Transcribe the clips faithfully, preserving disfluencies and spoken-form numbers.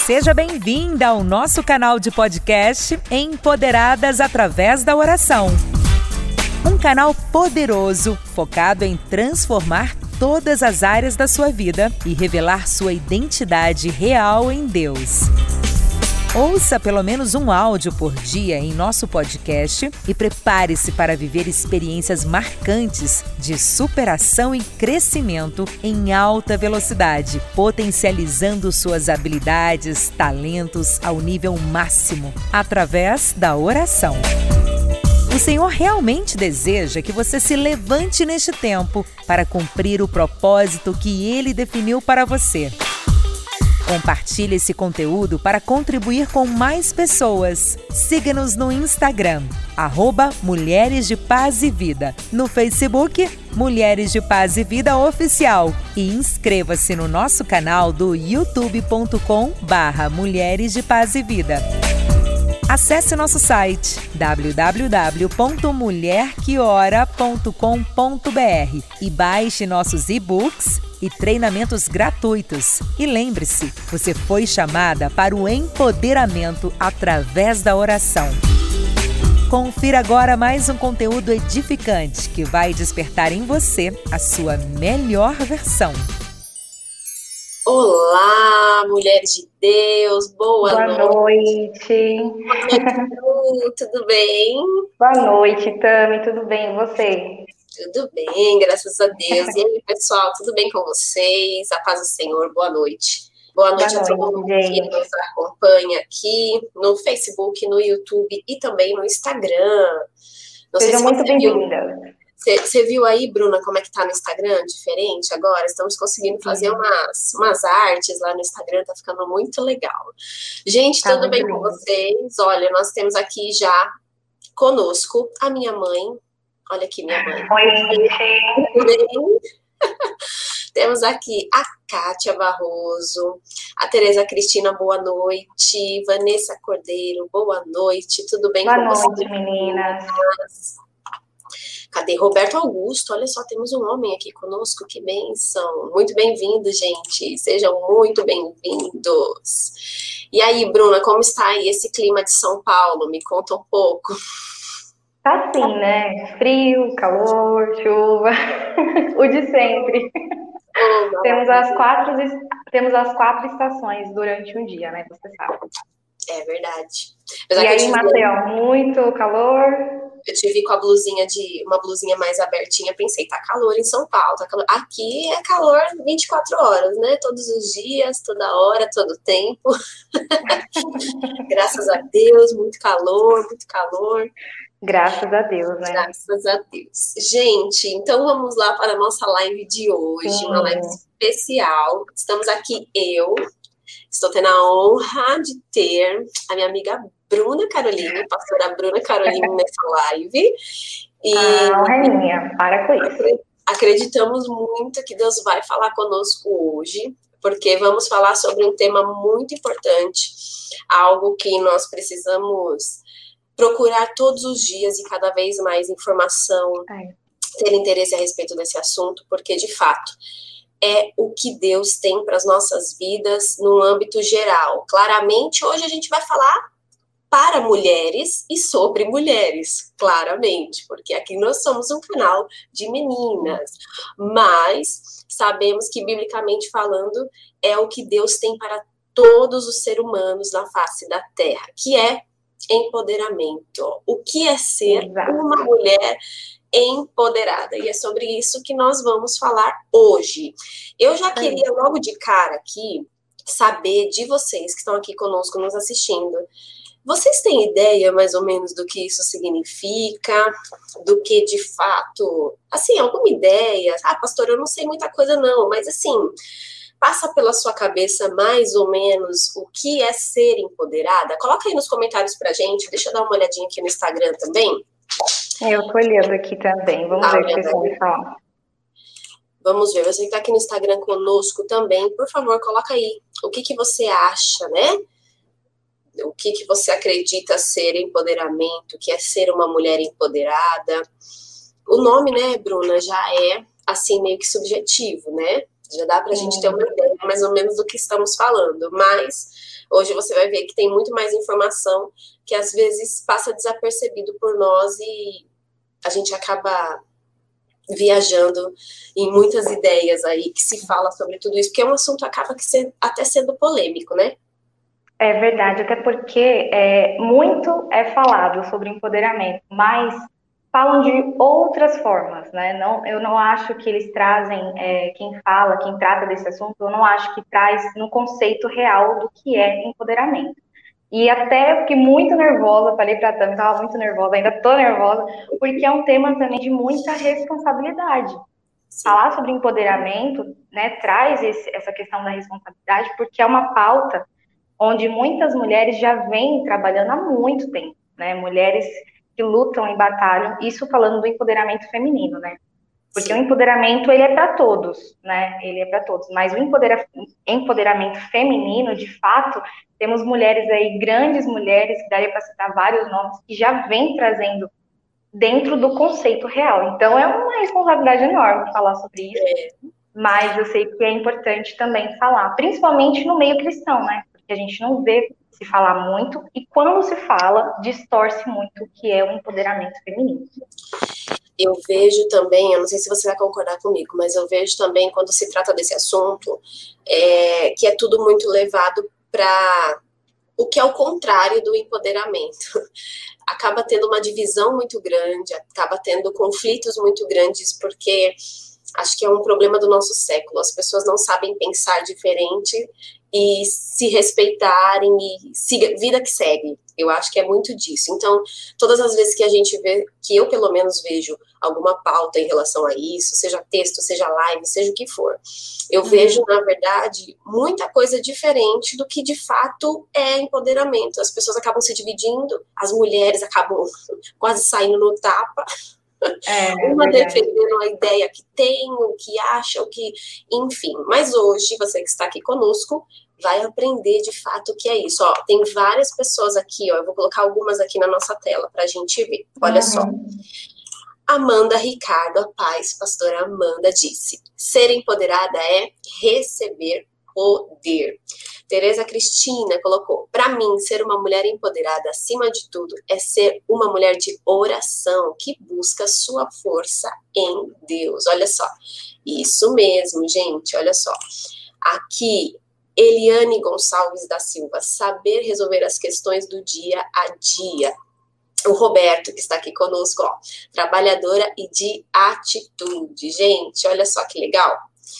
Seja bem-vinda ao nosso canal de podcast Empoderadas através da oração. Um canal poderoso, focado em transformar todas as áreas da sua vida e revelar sua identidade real em Deus. Ouça pelo menos um áudio por dia em nosso podcast e prepare-se para viver experiências marcantes de superação e crescimento em alta velocidade, potencializando suas habilidades, talentos ao nível máximo, através da oração. O Senhor realmente deseja que você se levante neste tempo para cumprir o propósito que Ele definiu para você. Compartilhe esse conteúdo para contribuir com mais pessoas. Siga-nos no Instagram, arroba Mulheres de Paz e Vida. No Facebook, Mulheres de Paz e Vida Oficial. E inscreva-se no nosso canal do youtube ponto com barra Mulheres de Paz e Vida. Acesse nosso site w w w ponto mulher que ora ponto com ponto b r e baixe nossos e-books e treinamentos gratuitos. E lembre-se, você foi chamada para o empoderamento através da oração. Confira agora mais um conteúdo edificante que vai despertar em você a sua melhor versão. Olá, mulheres de Deus, boa, boa noite. noite. Boa noite, tudo bem? Boa noite, Tami, tudo bem, e você? Tudo bem, graças a Deus. E aí, pessoal, tudo bem com vocês? A paz do Senhor, boa noite. Boa noite boa a todo mundo que nos acompanha aqui no Facebook, no YouTube e também no Instagram. Não Seja muito bem-vinda. Você viu aí, Bruna, como é que tá no Instagram? Diferente agora? Estamos conseguindo fazer umas, umas artes lá no Instagram, tá ficando muito legal. Gente, tá tudo bem lindo com vocês? Olha, nós temos aqui já conosco a minha mãe. Olha aqui, minha mãe. Oi, tudo bem? Temos aqui a Kátia Barroso, a Tereza Cristina, boa noite. Vanessa Cordeiro, boa noite. Tudo bem boa com vocês? Boa noite, meninas. Cadê Roberto Augusto? Olha só, temos um homem aqui conosco, que bênção. Muito bem-vindo, gente. Sejam muito bem-vindos. E aí, Bruna, como está aí esse clima de São Paulo? Me conta um pouco. Tá assim, né? Frio, calor, chuva, o de sempre. Oh, temos, as quatro, temos as quatro estações durante um dia, né? Você sabe. É verdade. Apesar e aí, em Maceió, muito calor. Eu te vi com a blusinha de uma blusinha mais abertinha, pensei, tá calor em São Paulo, tá calor. Aqui é calor vinte e quatro horas, né? Todos os dias, toda hora, todo tempo. Graças a Deus, muito calor, muito calor. Graças a Deus, né? Graças a Deus. Gente, então vamos lá para a nossa live de hoje, Sim. uma live especial. Estamos aqui eu, estou tendo a honra de ter a minha amiga Bruna Caroline, pastora Bruna Caroline nessa live. E ah, honra é minha, para com isso. Acreditamos muito que Deus vai falar conosco hoje, porque vamos falar sobre um tema muito importante, algo que nós precisamos procurar todos os dias e cada vez mais informação, é. ter interesse a respeito desse assunto, porque, de fato, é o que Deus tem para as nossas vidas no âmbito geral. Claramente, hoje a gente vai falar para mulheres e sobre mulheres, claramente, porque aqui nós somos um canal de meninas, mas sabemos que, biblicamente falando, é o que Deus tem para todos os seres humanos na face da terra, que é empoderamento. O que é ser Exato. Uma mulher empoderada? E é sobre isso que nós vamos falar hoje. Eu já queria logo de cara aqui saber de vocês que estão aqui conosco nos assistindo. Vocês têm ideia mais ou menos do que isso significa? Do que de fato, assim, alguma ideia? Ah, pastor, eu não sei muita coisa não, mas assim, passa pela sua cabeça mais ou menos o que é ser empoderada? Coloca aí nos comentários pra gente, deixa eu dar uma olhadinha aqui no Instagram também. Eu tô olhando aqui também, vamos ah, ver o que vocês vão falar. Vamos ver, você que tá aqui no Instagram conosco também, por favor, coloca aí o que que você acha, né? O que que você acredita ser empoderamento, que é ser uma mulher empoderada. O nome, né, Bruna, já é, assim, meio que subjetivo, né? Já dá para a gente ter uma ideia mais ou menos do que estamos falando, mas hoje você vai ver que tem muito mais informação que às vezes passa desapercebido por nós e a gente acaba viajando em muitas ideias aí que se fala sobre tudo isso, porque é um assunto acaba que ser, até sendo polêmico, né? É verdade, até porque é, muito é falado sobre empoderamento, mas falam de outras formas, né? Não, eu não acho que eles trazem, é, quem fala, quem trata desse assunto, eu não acho que traz no conceito real do que é empoderamento. E até eu fiquei muito nervosa, falei pra Tami, estava muito nervosa, ainda tô nervosa, porque é um tema também de muita responsabilidade. Falar sobre empoderamento, né, traz esse, essa questão da responsabilidade, porque é uma pauta onde muitas mulheres já vêm trabalhando há muito tempo, né, mulheres que lutam e batalham, isso falando do empoderamento feminino, né, porque Sim. o empoderamento, ele é para todos, né, ele é para todos, mas o empodera- empoderamento feminino, de fato, temos mulheres aí, grandes mulheres, que daria para citar vários nomes, que já vêm trazendo dentro do conceito real. Então, é uma responsabilidade enorme falar sobre isso, é. mas eu sei que é importante também falar, principalmente no meio cristão, né? Porque a gente não vê se falar muito, e quando se fala, distorce muito o que é o empoderamento feminino. Eu vejo também, eu não sei se você vai concordar comigo, mas eu vejo também, quando se trata desse assunto, é, que é tudo muito levado para o que é o contrário do empoderamento. Acaba tendo uma divisão muito grande, acaba tendo conflitos muito grandes, porque acho que é um problema do nosso século. As pessoas não sabem pensar diferente e se respeitarem e siga, vida que segue. Eu acho que é muito disso. Então, todas as vezes que a gente vê, que eu pelo menos vejo alguma pauta em relação a isso, seja texto, seja live, seja o que for, eu uhum. vejo, na verdade, muita coisa diferente do que de fato é empoderamento. As pessoas acabam se dividindo, as mulheres acabam quase saindo no tapa, é, uma é defendendo a ideia que tem, o que acha, o que... Enfim, mas hoje, você que está aqui conosco, vai aprender de fato o que é isso. Ó, tem várias pessoas aqui, ó, eu vou colocar algumas aqui na nossa tela para a gente ver. Olha uhum. só. Amanda Ricardo, a paz, pastora Amanda, disse: ser empoderada é receber poder. Tereza Cristina colocou: para mim, ser uma mulher empoderada, acima de tudo, é ser uma mulher de oração, que busca sua força em Deus. Olha só. Isso mesmo, gente, olha só. Aqui, Eliane Gonçalves da Silva: saber resolver as questões do dia a dia. O Roberto, que está aqui conosco, ó, trabalhadora e de atitude. Gente, olha só que legal.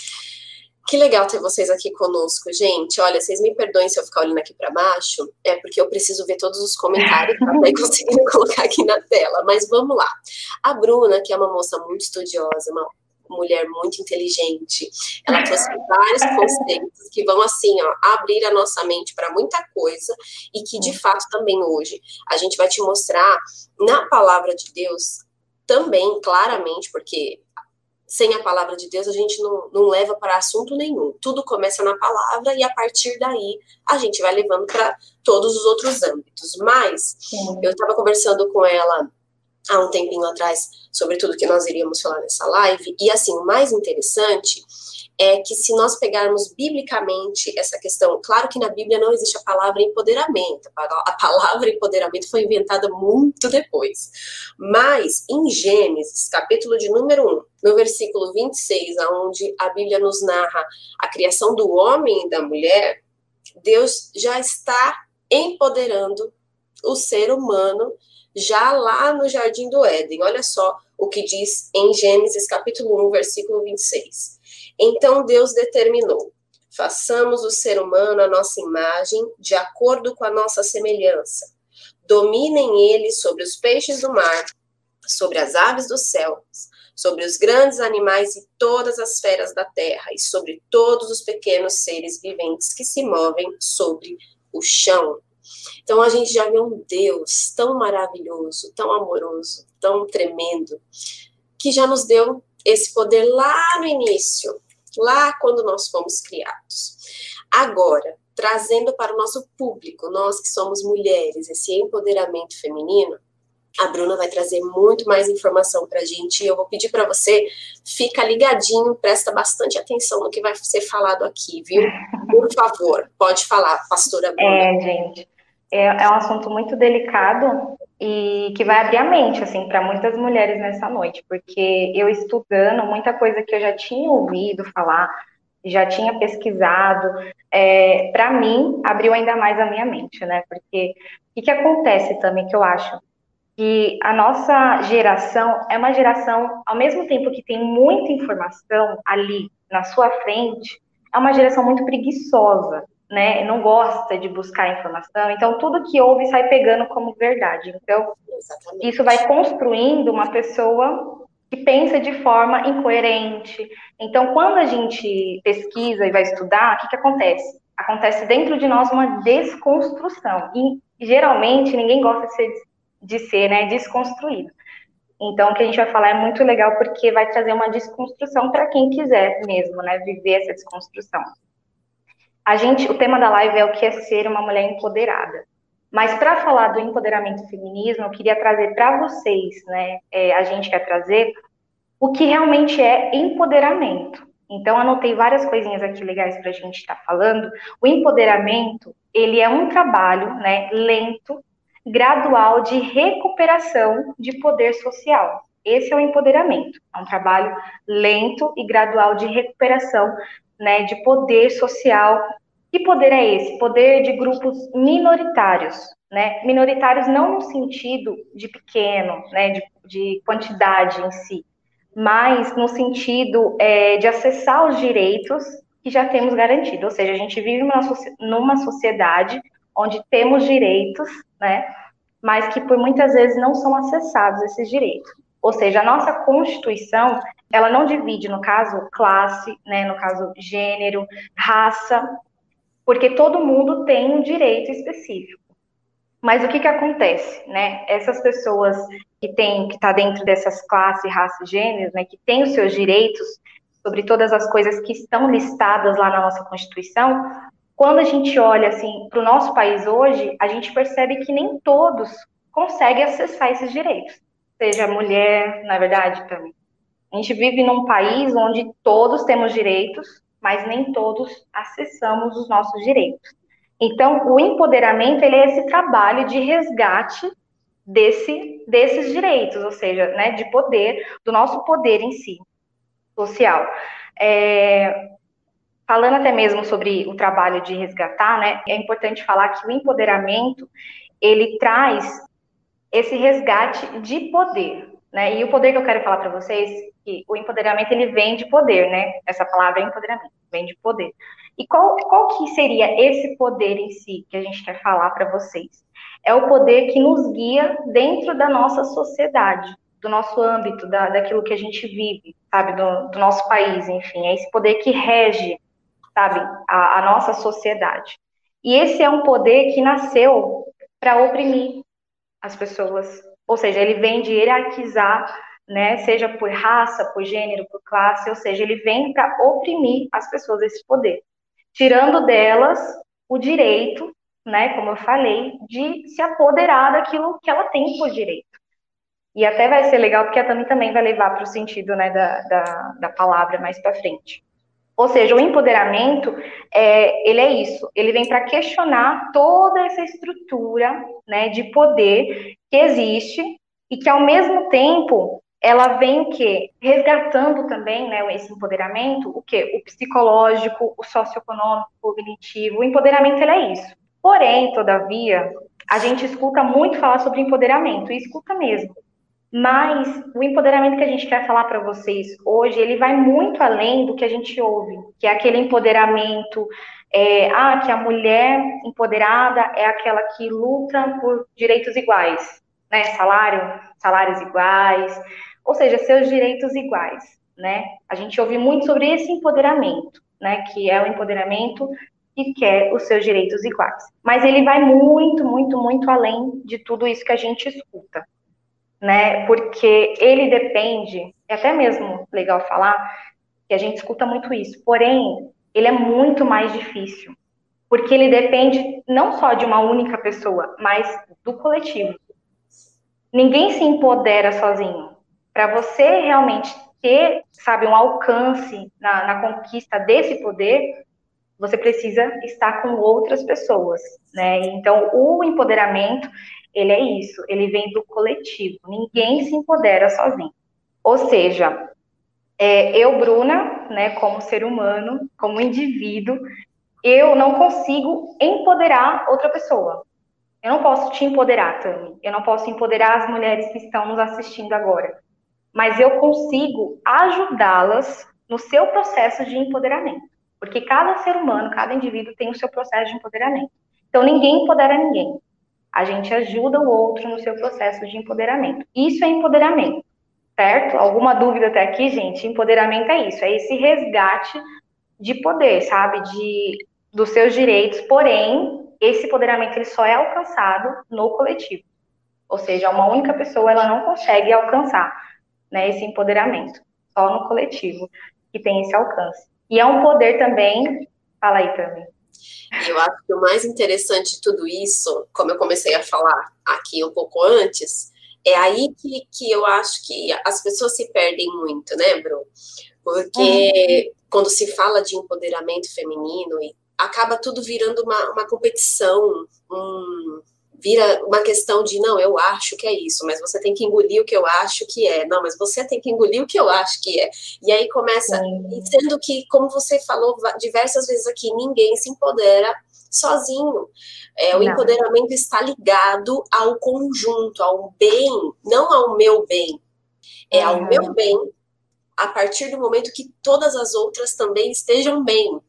Que legal ter vocês aqui conosco, gente. Olha, vocês me perdoem se eu ficar olhando aqui para baixo, é porque eu preciso ver todos os comentários para conseguir colocar aqui na tela. Mas vamos lá. A Bruna, que é uma moça muito estudiosa, uma mulher muito inteligente, ela trouxe vários conceitos que vão, assim, ó, abrir a nossa mente para muita coisa e que, de fato, também hoje a gente vai te mostrar na palavra de Deus também, claramente, porque sem a palavra de Deus a gente não, não leva para assunto nenhum. Tudo começa na palavra e, a partir daí, a gente vai levando para todos os outros âmbitos. Mas Sim. eu estava conversando com ela há um tempinho atrás sobre tudo que nós iríamos falar nessa live, e assim, o mais interessante é que, se nós pegarmos biblicamente essa questão, claro que na Bíblia não existe a palavra empoderamento, a palavra empoderamento foi inventada muito depois, mas em Gênesis, capítulo de número um, no versículo vinte e seis, onde a Bíblia nos narra a criação do homem e da mulher, Deus já está empoderando o ser humano já lá no Jardim do Éden. Olha só o que diz em Gênesis capítulo um, versículo vinte e seis. Então Deus determinou: façamos o ser humano à nossa imagem, de acordo com a nossa semelhança. Dominem eles sobre os peixes do mar, sobre as aves dos céus, sobre os grandes animais e todas as feras da terra, e sobre todos os pequenos seres viventes que se movem sobre o chão. Então, a gente já vê um Deus tão maravilhoso, tão amoroso, tão tremendo, que já nos deu esse poder lá no início, lá quando nós fomos criados. Agora, trazendo para o nosso público, nós que somos mulheres, esse empoderamento feminino, A Bruna vai trazer muito mais informação para a gente. Eu vou pedir para você, fica ligadinho, presta bastante atenção no que vai ser falado aqui, viu? Por favor, pode falar, pastora Bruna. É, gente, é, é um assunto muito delicado e que vai abrir a mente, assim, para muitas mulheres nessa noite, porque eu estudando, muita coisa que eu já tinha ouvido falar, já tinha pesquisado, é, para mim, abriu ainda mais a minha mente, né? Porque o que, que acontece também, que eu acho? Que a nossa geração é uma geração, ao mesmo tempo que tem muita informação ali na sua frente, é uma geração muito preguiçosa, né? Não gosta de buscar informação, então tudo que ouve sai pegando como verdade. Então, Exatamente. isso vai construindo uma pessoa que pensa de forma incoerente. Então, quando a gente pesquisa e vai estudar, o que, que acontece? Acontece dentro de nós uma desconstrução. E geralmente ninguém gosta de ser de ser, né, desconstruído. Então, o que a gente vai falar é muito legal porque vai trazer uma desconstrução para quem quiser mesmo, né, viver essa desconstrução. A gente, o tema da live é o que é ser uma mulher empoderada. Mas para falar do empoderamento feminismo, eu queria trazer para vocês, né, é, a gente quer trazer o que realmente é empoderamento. Então, anotei várias coisinhas aqui legais para a gente estar tá falando. O empoderamento, ele é um trabalho, né, lento, gradual de recuperação de poder social. Esse é o empoderamento. É um trabalho lento e gradual de recuperação, né, de poder social. Que poder é esse? Poder de grupos minoritários, né? Minoritários não no sentido de pequeno, né, de, de quantidade em si, mas no sentido é, de acessar os direitos que já temos garantido. Ou seja, a gente vive numa, numa sociedade onde temos direitos, né, mas que por muitas vezes não são acessados esses direitos. Ou seja, a nossa Constituição, ela não divide, no caso, classe, né, no caso, gênero, raça, porque todo mundo tem um direito específico. Mas o que que acontece, né? Essas pessoas que têm, que está dentro dessas classes, raças, gêneros, né, que têm os seus direitos sobre todas as coisas que estão listadas lá na nossa Constituição, quando a gente olha assim para o nosso país hoje, a gente percebe que nem todos conseguem acessar esses direitos. Seja mulher, na verdade, também. A gente vive num país onde todos temos direitos, mas nem todos acessamos os nossos direitos. Então, o empoderamento, ele é esse trabalho de resgate desse, desses direitos, ou seja, né, de poder, do nosso poder em si, social. É, falando até mesmo sobre o trabalho de resgatar, né, é importante falar que o empoderamento, ele traz esse resgate de poder, né, e o poder que eu quero falar para vocês, que o empoderamento, ele vem de poder, né, essa palavra é empoderamento, vem de poder. E qual, qual que seria esse poder em si que a gente quer falar para vocês? É o poder que nos guia dentro da nossa sociedade, do nosso âmbito, da, daquilo que a gente vive, sabe, do, do nosso país, enfim, é esse poder que rege, sabe, a, a nossa sociedade. E esse é um poder que nasceu para oprimir as pessoas, ou seja, ele vem de hierarquizar, né, seja por raça, por gênero, por classe, ou seja, ele vem para oprimir as pessoas, esse poder, tirando delas o direito, né, como eu falei, de se apoderar daquilo que ela tem por direito. E até vai ser legal, porque a Tami também vai levar para o sentido, né, da, da, da palavra mais para frente. Ou seja, o empoderamento, é, ele é isso, ele vem para questionar toda essa estrutura, né, de poder que existe e que, ao mesmo tempo, ela vem o quê? Resgatando também, né, esse empoderamento, o quê? O psicológico, o socioeconômico, o cognitivo, o empoderamento, ele é isso. Porém, todavia, a gente escuta muito falar sobre empoderamento, e escuta mesmo. Mas o empoderamento que a gente quer falar para vocês hoje, ele vai muito além do que a gente ouve, que é aquele empoderamento, é, ah, que a mulher empoderada é aquela que luta por direitos iguais, né, salário, salários iguais, ou seja, seus direitos iguais, né? A gente ouve muito sobre esse empoderamento, né, que é o empoderamento que quer os seus direitos iguais. Mas ele vai muito, muito, muito além de tudo isso que a gente escuta, né? Porque ele depende, é até mesmo legal falar, que a gente escuta muito isso, porém, ele é muito mais difícil, porque ele depende não só de uma única pessoa, mas do coletivo. ninguém se empodera sozinho. Para você realmente ter, sabe, um alcance na, na conquista desse poder, você precisa estar com outras pessoas, né? Então, o empoderamento, ele é isso, ele vem do coletivo. Ninguém se empodera sozinho. Ou seja, é, eu, Bruna, né, como ser humano, como indivíduo, eu não consigo empoderar outra pessoa. Eu não posso te empoderar, Tami. Eu não posso empoderar as mulheres que estão nos assistindo agora. Mas eu consigo ajudá-las no seu processo de empoderamento. Porque cada ser humano, cada indivíduo tem o seu processo de empoderamento. Então, ninguém empodera ninguém. A gente ajuda o outro no seu processo de empoderamento. Isso é empoderamento, certo? Alguma dúvida até aqui, gente? Empoderamento é isso, é esse resgate de poder, sabe? De, dos seus direitos, porém, esse empoderamento ele só é alcançado no coletivo. Ou seja, uma única pessoa ela não consegue alcançar, né, esse empoderamento, só no coletivo que tem esse alcance. E é um poder também, fala aí também. E eu acho que o mais interessante de tudo isso, como eu comecei a falar aqui um pouco antes, é aí que, que eu acho que as pessoas se perdem muito, né, Bru? Porque uhum. quando se fala de empoderamento feminino, acaba tudo virando uma, uma competição, um, vira uma questão de, não, eu acho que é isso, mas você tem que engolir o que eu acho que é. Não, mas você tem que engolir o que eu acho que é. E aí começa, uhum. sendo que, como você falou diversas vezes aqui, ninguém se empodera sozinho. É, o empoderamento está ligado ao conjunto, ao bem, não ao meu bem. É ao uhum. meu bem, a partir do momento que todas as outras também estejam bem.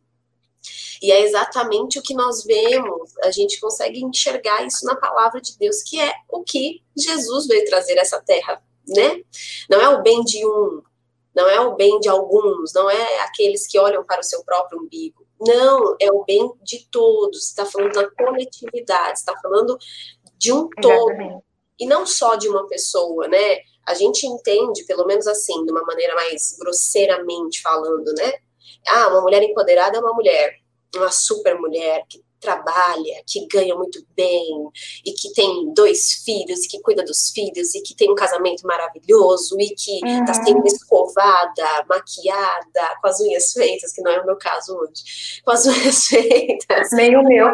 E é exatamente o que nós vemos, a gente consegue enxergar isso na palavra de Deus, que é o que Jesus veio trazer a essa terra, né? Não é o bem de um, não é o bem de alguns, não é aqueles que olham para o seu próprio umbigo. Não, é o bem de todos, está falando da coletividade, está falando de um todo, exatamente. E não só de uma pessoa, né? A gente entende, pelo menos assim, de uma maneira mais grosseiramente falando, né? Ah, uma mulher empoderada é uma mulher, uma super mulher que trabalha, que ganha muito bem, e que tem dois filhos, e que cuida dos filhos, e que tem um casamento maravilhoso, e que uhum. tá sempre escovada, maquiada, com as unhas feitas, que não é o meu caso hoje, com as unhas feitas. Nem o meu.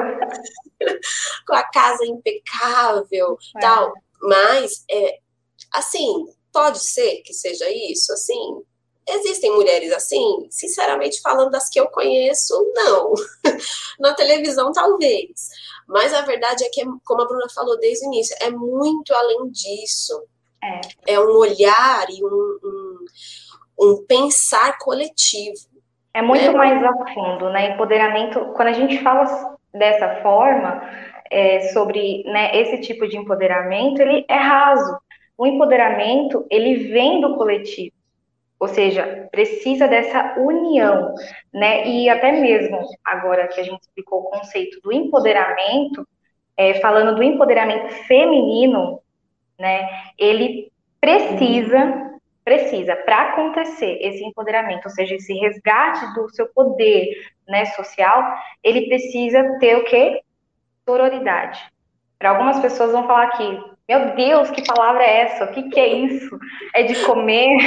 Com a casa impecável, é. tal. Mas, é, assim, pode ser que seja isso, assim... Existem mulheres assim? Sinceramente falando, das que eu conheço, não. Na televisão, talvez. Mas a verdade é que, como a Bruna falou desde o início, é muito além disso. É, é um olhar e um, um, um pensar coletivo. É muito né? mais a fundo, né? Empoderamento, quando a gente fala dessa forma, é, sobre né, esse tipo de empoderamento, ele é raso. O empoderamento, ele vem do coletivo. Ou seja, precisa dessa união, né? E até mesmo agora que a gente explicou o conceito do empoderamento, é, falando do empoderamento feminino, né? Ele precisa, precisa, para acontecer esse empoderamento, ou seja, esse resgate do seu poder, né, social, ele precisa ter o quê? Sororidade. Para algumas pessoas vão falar aqui, meu Deus, que palavra é essa? O que, que é isso? É de comer?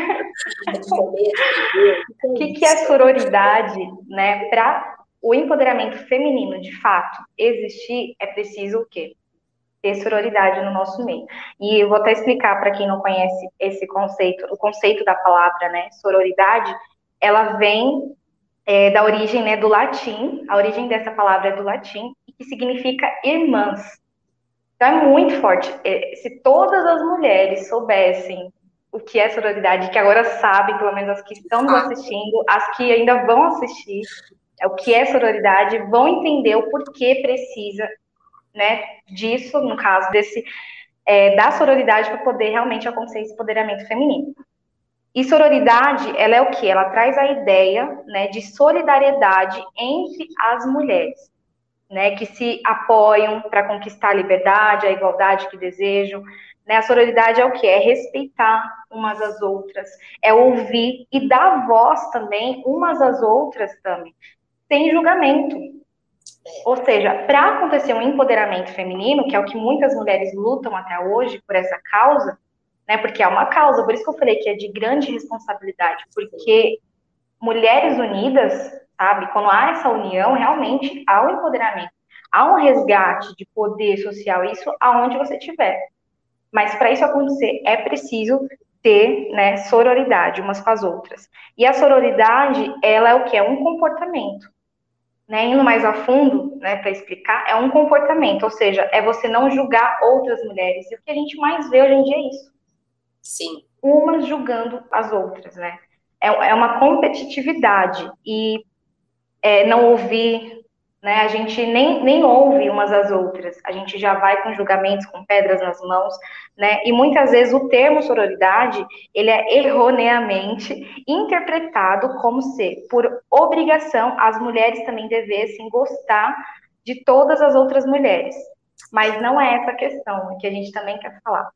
É de comer, é de beber? O que, que é sororidade, né? Para o empoderamento feminino, de fato, existir, é preciso o quê? Ter sororidade no nosso meio. E eu vou até explicar para quem não conhece esse conceito, o conceito da palavra, né? Sororidade, ela vem é, da origem, né, do latim, a origem dessa palavra é do latim, e que significa irmãs. Então é muito forte. Se todas as mulheres soubessem o que é sororidade, que agora sabem, pelo menos as que estão nos assistindo, as que ainda vão assistir, o que é sororidade, vão entender o porquê precisa, né, disso, no caso, desse, é, da sororidade para poder realmente acontecer esse empoderamento feminino. E sororidade, ela é o quê? Ela traz a ideia, né, de solidariedade entre as mulheres. Né, que se apoiam para conquistar a liberdade, a igualdade que desejam. Né? A sororidade é o quê? É respeitar umas às outras, é ouvir e dar voz também umas às outras também, sem julgamento. Ou seja, para acontecer um empoderamento feminino, que é o que muitas mulheres lutam até hoje por essa causa, né? Porque é uma causa, por isso que eu falei que é de grande responsabilidade, porque mulheres unidas, sabe? Quando há essa união, realmente há um empoderamento, há um resgate de poder social, isso aonde você estiver. Mas para isso acontecer, é preciso ter, né, sororidade umas com as outras. E a sororidade, ela é o que? É um comportamento. Né, indo mais a fundo, né, para explicar, é um comportamento, ou seja, é você não julgar outras mulheres. E o que a gente mais vê hoje em dia é isso. Sim. Umas julgando as outras, né? É, é uma competitividade e é, não ouvir, né? A gente nem, nem ouve umas às outras. A gente já vai com julgamentos, com pedras nas mãos, né? E muitas vezes o termo sororidade, ele é erroneamente interpretado como se, por obrigação, as mulheres também devessem gostar de todas as outras mulheres. Mas não é essa a questão que a gente também quer falar.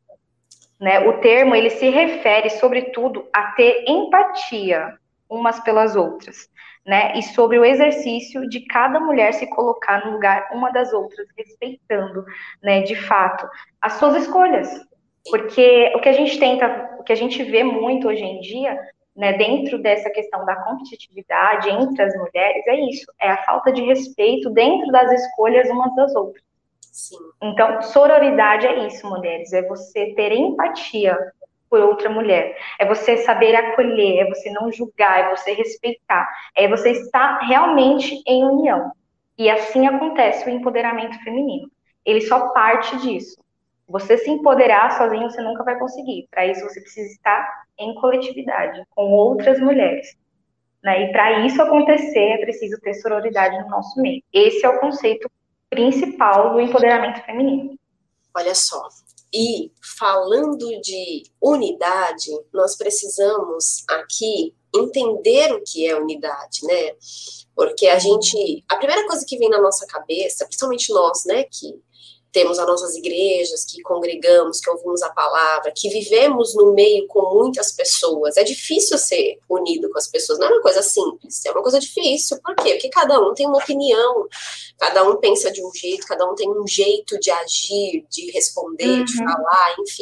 Né? O termo, ele se refere, sobretudo, a ter empatia umas pelas outras, né? E sobre o exercício de cada mulher se colocar no lugar uma das outras, respeitando, né, de fato, as suas escolhas. Porque o que a gente tenta, o que a gente vê muito hoje em dia, né, dentro dessa questão da competitividade entre as mulheres, é isso, é a falta de respeito dentro das escolhas umas das outras. Sim. Então, sororidade é isso, mulheres, é você ter empatia por outra mulher, é você saber acolher, é você não julgar, é você respeitar, é você estar realmente em união. E assim acontece o empoderamento feminino. Ele só parte disso. Você se empoderar sozinho, você nunca vai conseguir. Para isso, você precisa estar em coletividade, com outras mulheres. Né? E para isso acontecer, é preciso ter sororidade no nosso meio. Esse é o conceito principal do empoderamento feminino. Olha só, e falando de unidade, nós precisamos aqui entender o que é unidade, né? Porque a gente, a primeira coisa que vem na nossa cabeça, principalmente nós, né, que temos as nossas igrejas, que congregamos, que ouvimos a palavra, que vivemos no meio com muitas pessoas. É difícil ser unido com as pessoas, não é uma coisa simples, é uma coisa difícil. Por quê? Porque cada um tem uma opinião, cada um pensa de um jeito, cada um tem um jeito de agir, de responder, uhum. de falar, enfim.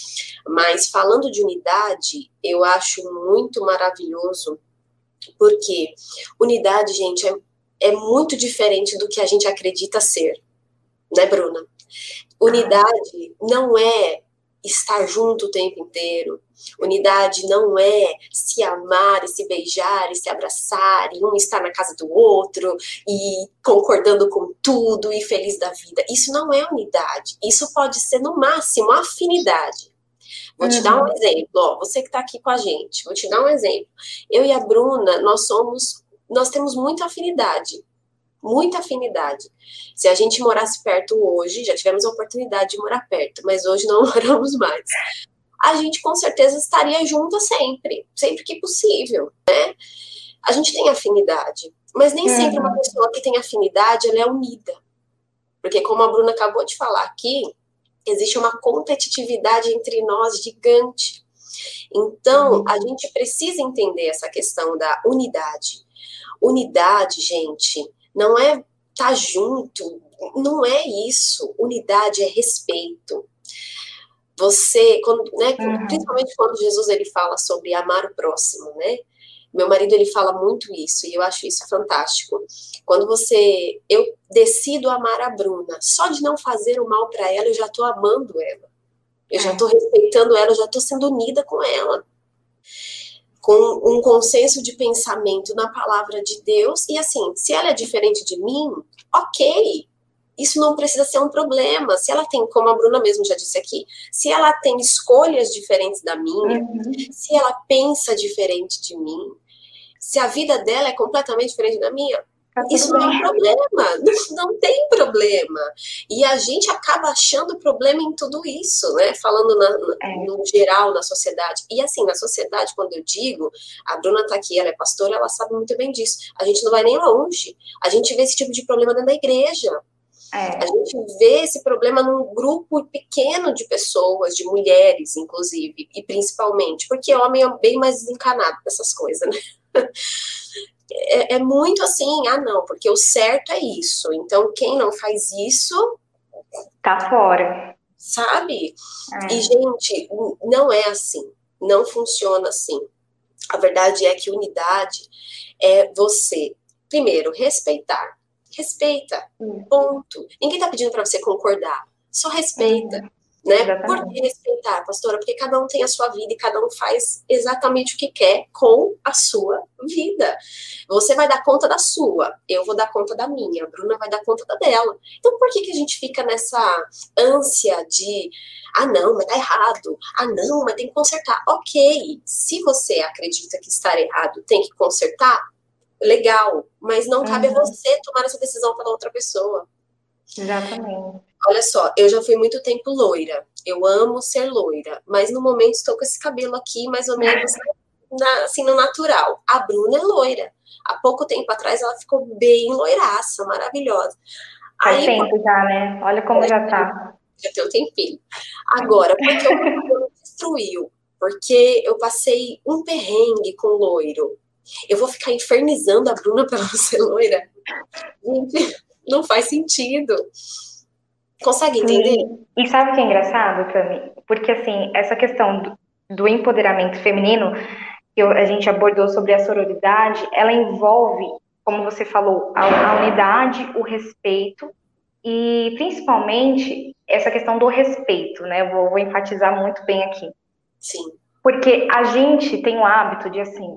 Mas falando de unidade, eu acho muito maravilhoso, porque unidade, gente, é, é muito diferente do que a gente acredita ser. Né, Bruna? Unidade não é estar junto o tempo inteiro. Unidade não é se amar e se beijar e se abraçar e um estar na casa do outro e concordando com tudo e feliz da vida. Isso não é unidade. Isso pode ser, no máximo, afinidade. Vou te uhum. dar um exemplo. Ó, você que está aqui com a gente, vou te dar um exemplo. Eu e a Bruna, nós somos, nós temos muita afinidade. Muita afinidade. Se a gente morasse perto hoje, já tivemos a oportunidade de morar perto, mas hoje não moramos mais. A gente com certeza estaria junto sempre, sempre que possível, né? A gente tem afinidade, mas nem uhum. sempre uma pessoa que tem afinidade, ela é unida. Porque como a Bruna acabou de falar aqui, existe uma competitividade entre nós gigante. Então, uhum. a gente precisa entender essa questão da unidade. Unidade, gente, não é estar tá junto, não é isso. Unidade é respeito. Você, quando, né, uhum. principalmente quando Jesus ele fala sobre amar o próximo, né? Meu marido ele fala muito isso e eu acho isso fantástico. Quando você, eu decido amar a Bruna, só de não fazer o mal para ela, eu já estou amando ela. Eu já estou respeitando ela, eu já estou sendo unida com ela. Com um consenso de pensamento na palavra de Deus, e assim, se ela é diferente de mim, ok, isso não precisa ser um problema. Se ela tem, como a Bruna mesmo já disse aqui, se ela tem escolhas diferentes da minha, uhum. se ela pensa diferente de mim, se a vida dela é completamente diferente da minha, tá isso não é um problema, não, não tem problema. E a gente acaba achando problema em tudo isso, né? Falando na, na, é. no geral na sociedade. E assim, na sociedade, quando eu digo, a Bruna tá aqui, ela é pastora, ela sabe muito bem disso. A gente não vai nem longe. A gente vê esse tipo de problema dentro da igreja. É. A gente vê esse problema num grupo pequeno de pessoas, de mulheres, inclusive, e principalmente, porque homem é bem mais desencanado dessas coisas, né? é, é muito assim, ah, não, porque o certo é isso. Então, quem não faz isso... Tá fora. Sabe? É. E, gente, não é assim. Não funciona assim. A verdade é que unidade é você, primeiro, respeitar. Respeita. Hum. Ponto. Ninguém tá pedindo para você concordar. Só respeita. Uhum. Né? Exatamente. Por que respeitar, pastora? Porque cada um tem a sua vida e cada um faz exatamente o que quer com a sua vida. Você vai dar conta da sua, eu vou dar conta da minha, a Bruna vai dar conta da dela. Então por que, que a gente fica nessa ânsia de ah não, mas tá errado, ah não, mas tem que consertar? Ok, se você acredita que estar errado tem que consertar, legal, mas não cabe Uhum. a você tomar essa decisão pela outra pessoa. Exatamente. Olha só, eu já fui muito tempo loira. Eu amo ser loira, mas no momento estou com esse cabelo aqui, mais ou menos na, assim, no natural. A Bruna é loira. Há pouco tempo atrás ela ficou bem loiraça, maravilhosa. Faz Aí, tempo já, né? Olha como já tá. Já tem um tempinho. Agora, porque o cabelo destruiu, porque eu passei um perrengue com loiro. Eu vou ficar infernizando a Bruna para ela ser loira? Gente, não faz sentido. Consegue entender? E, e sabe o que é engraçado, Cami? Porque, assim, essa questão do, do empoderamento feminino, que eu- a gente abordou sobre a sororidade, ela envolve, como você falou, a, a unidade, o respeito e, principalmente, essa questão do respeito, né? Eu vou, vou enfatizar muito bem aqui. Sim. Porque a gente tem o hábito de, assim,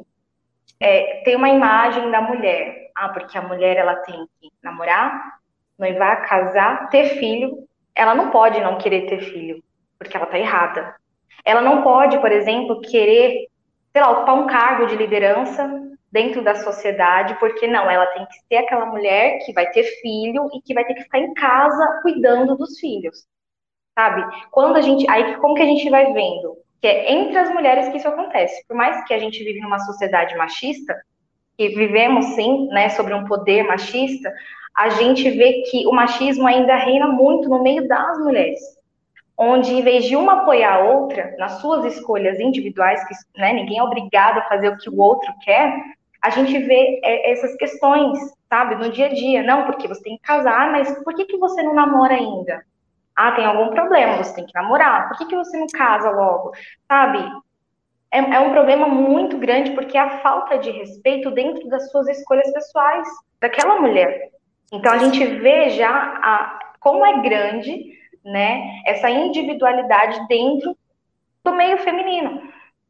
é, ter uma imagem da mulher. Ah, porque a mulher, ela tem que namorar, noivar, casar, ter filho. Ela não pode não querer ter filho, porque ela tá errada. Ela não pode, por exemplo, querer, sei lá, ocupar um cargo de liderança dentro da sociedade, porque não, ela tem que ser aquela mulher que vai ter filho e que vai ter que ficar em casa cuidando dos filhos, sabe? Quando a gente, aí como que a gente vai vendo? Que é entre as mulheres que isso acontece. Por mais que a gente vive numa sociedade machista, que vivemos sim, né, sobre um poder machista, a gente vê que o machismo ainda reina muito no meio das mulheres, onde em vez de uma apoiar a outra nas suas escolhas individuais, que né, ninguém é obrigado a fazer o que o outro quer, a gente vê é, essas questões, sabe, no dia a dia. Não, porque você tem que casar, mas por que, que você não namora ainda? Ah, tem algum problema, você tem que namorar. Por que, que você não casa logo? Sabe? É, é um problema muito grande porque é a falta de respeito dentro das suas escolhas pessoais daquela mulher. Então a gente vê já a, como é grande, né, essa individualidade dentro do meio feminino.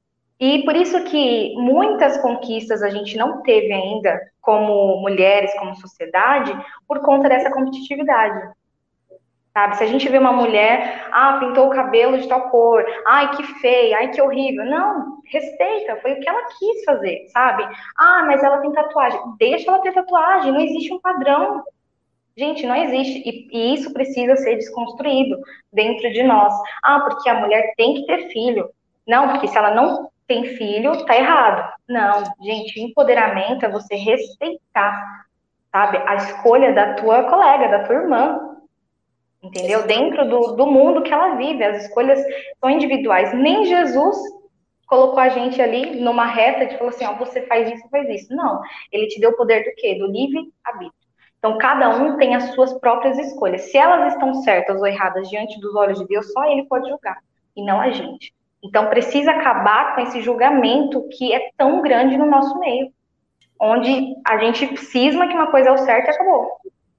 E por isso que muitas conquistas a gente não teve ainda como mulheres, como sociedade, por conta dessa competitividade. Sabe? Se a gente vê uma mulher, ah, pintou o cabelo de tal cor, ai, que feia, ai, que horrível. Não, respeita, foi o que ela quis fazer, sabe? Ah, mas ela tem tatuagem. Deixa ela ter tatuagem, não existe um padrão. Gente, não existe. E, e isso precisa ser desconstruído dentro de nós. Ah, porque a mulher tem que ter filho. Não, porque se ela não tem filho, tá errado. Não, gente, empoderamento é você respeitar, sabe? A escolha da tua colega, da tua irmã. Entendeu? Dentro do, do mundo que ela vive, as escolhas são individuais. Nem Jesus colocou a gente ali numa reta de falou assim, ó, você faz isso, faz isso. Não, ele te deu o poder do quê? Do livre-arbítrio. Então, cada um tem as suas próprias escolhas. Se elas estão certas ou erradas diante dos olhos de Deus, só ele pode julgar, e não a gente. Então, precisa acabar com esse julgamento que é tão grande no nosso meio, onde a gente cisma que uma coisa é o certo e acabou.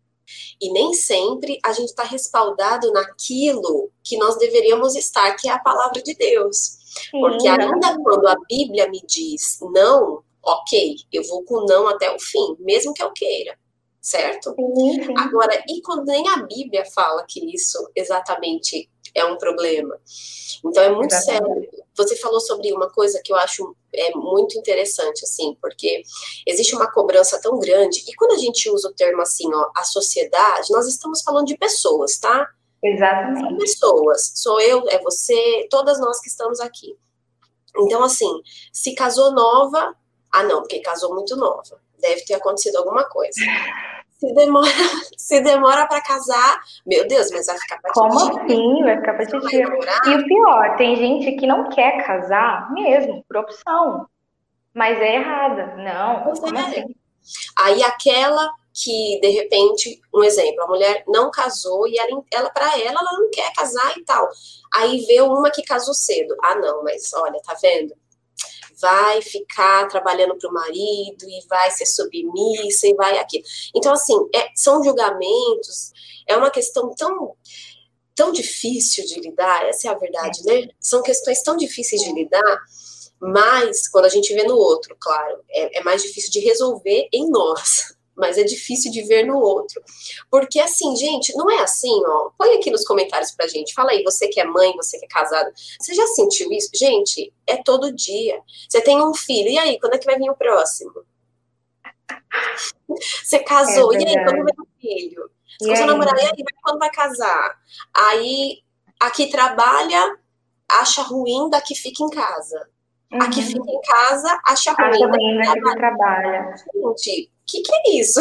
E nem sempre a gente está respaldado naquilo que nós deveríamos estar, que é a palavra de Deus. Sim, porque ainda quando a Bíblia me diz não, ok, eu vou com não até o fim, mesmo que eu queira, certo? Sim, sim. Agora, e quando nem a Bíblia fala que isso exatamente é um problema? Então é muito exatamente. Sério. Você falou sobre uma coisa que eu acho é muito interessante, assim, porque existe uma cobrança tão grande, e quando a gente usa o termo assim, ó, a sociedade, nós estamos falando de pessoas, tá? Exatamente. São pessoas, sou eu, é você, todas nós que estamos aqui. Então, assim, se casou nova, ah não, porque casou muito nova, deve ter acontecido alguma coisa. Se demora, se demora para casar, meu Deus, mas vai ficar pra Como assim? Vai ficar pra titia. E o pior, tem gente que não quer casar mesmo, por opção, mas é errada. Não, pois como é. assim? Aí aquela que, de repente, um exemplo, a mulher não casou e ela, ela para ela, ela não quer casar e tal. Aí vê uma que casou cedo. Ah, não, mas olha, tá vendo? Vai ficar trabalhando para o marido e vai ser submissa e vai aquilo. Então, assim, é, são julgamentos, é uma questão tão, tão difícil de lidar, essa é a verdade, né? São questões tão difíceis de lidar, mas quando a gente vê no outro, claro, é, é mais difícil de resolver em nós, mas é difícil de ver no outro. Porque assim, gente, não é assim, ó. Põe aqui nos comentários pra gente. Fala aí, você que é mãe, você que é casado. Você já sentiu isso? Gente, é todo dia. Você tem um filho, e aí, quando é que vai vir o próximo? Você casou, é e aí, quando vai vir o filho? Você começou a namorar, e aí, quando vai casar? Aí, aqui trabalha, acha ruim, daqui fica em casa. Uhum. Aqui fica em casa, acha ruim, acha ruim daqui trabalha. trabalha. Gente, o que, que é isso?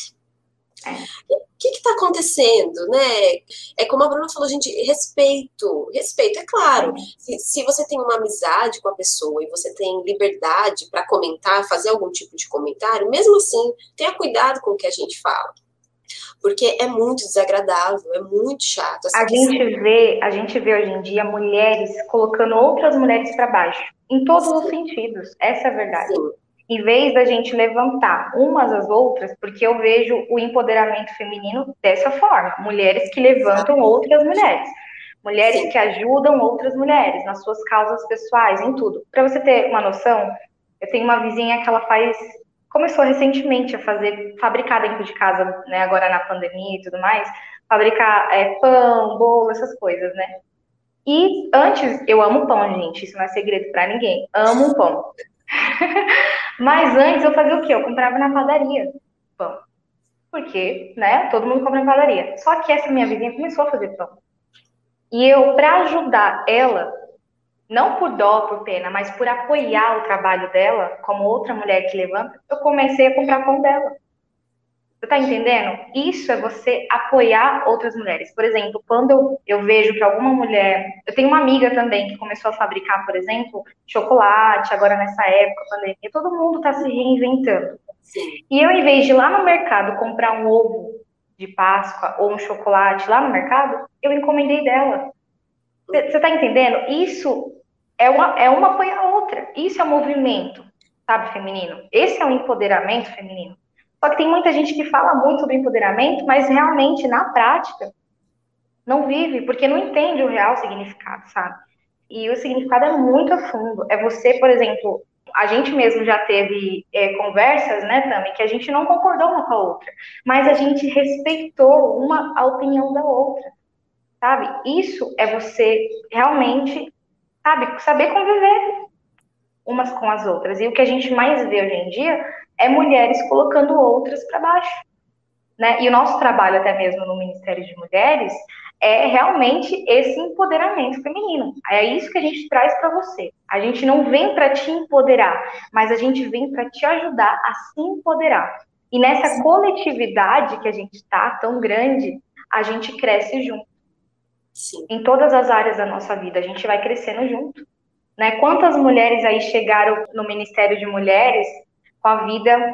O é. que está acontecendo, né? É como a Bruna falou, gente, respeito. Respeito, é claro. É. Se, se você tem uma amizade com a pessoa e você tem liberdade para comentar, fazer algum tipo de comentário, mesmo assim, tenha cuidado com o que a gente fala. Porque é muito desagradável, é muito chato. A gente, vê, a gente vê hoje em dia mulheres colocando outras mulheres para baixo, em todos Sim. os sentidos, essa é a verdade. Sim. Em vez da gente levantar umas às outras, porque eu vejo o empoderamento feminino dessa forma, mulheres que levantam outras mulheres, mulheres Sim. que ajudam outras mulheres nas suas causas pessoais, em tudo. Para você ter uma noção, eu tenho uma vizinha que ela faz... começou recentemente a fazer, fabricar dentro de casa, né, agora na pandemia e tudo mais, fabricar é, pão, bolo, essas coisas, né? E antes, eu amo pão, gente, isso não é segredo pra ninguém, amo pão. Mas antes eu fazia o quê? Eu comprava na padaria pão. Porque, né, todo mundo compra na padaria. Só que essa minha vizinha começou a fazer pão. E eu, pra ajudar ela, não por dó, por pena, mas por apoiar o trabalho dela, como outra mulher que levanta, eu comecei a comprar pão dela. Você tá entendendo? Isso é você apoiar outras mulheres. Por exemplo, quando eu, eu vejo que alguma mulher... Eu tenho uma amiga também que começou a fabricar, por exemplo, chocolate, agora nessa época, pandemia, todo mundo tá se reinventando. Sim. E eu, em vez de ir lá no mercado comprar um ovo de Páscoa ou um chocolate lá no mercado, eu encomendei dela. Você tá entendendo? Isso é uma, é uma apoia a outra. Isso é movimento, sabe, feminino. Esse é o empoderamento feminino. Só que tem muita gente que fala muito do empoderamento, mas realmente, na prática, não vive, porque não entende o real significado, sabe? E o significado é muito a fundo. É você, por exemplo, a gente mesmo já teve é, conversas, né, Tami, que a gente não concordou uma com a outra, mas a gente respeitou uma a opinião da outra. Sabe? Isso é você realmente, sabe, saber conviver umas com as outras. E o que a gente mais vê hoje em dia é mulheres colocando outras para baixo, né? E o nosso trabalho até mesmo no Ministério de Mulheres é realmente esse empoderamento feminino. É isso que a gente traz para você. A gente não vem para te empoderar, mas a gente vem para te ajudar a se empoderar. E nessa coletividade que a gente está, tão grande, a gente cresce junto. Sim. Em todas as áreas da nossa vida, a gente vai crescendo junto, né? Quantas mulheres aí chegaram no Ministério de Mulheres com a vida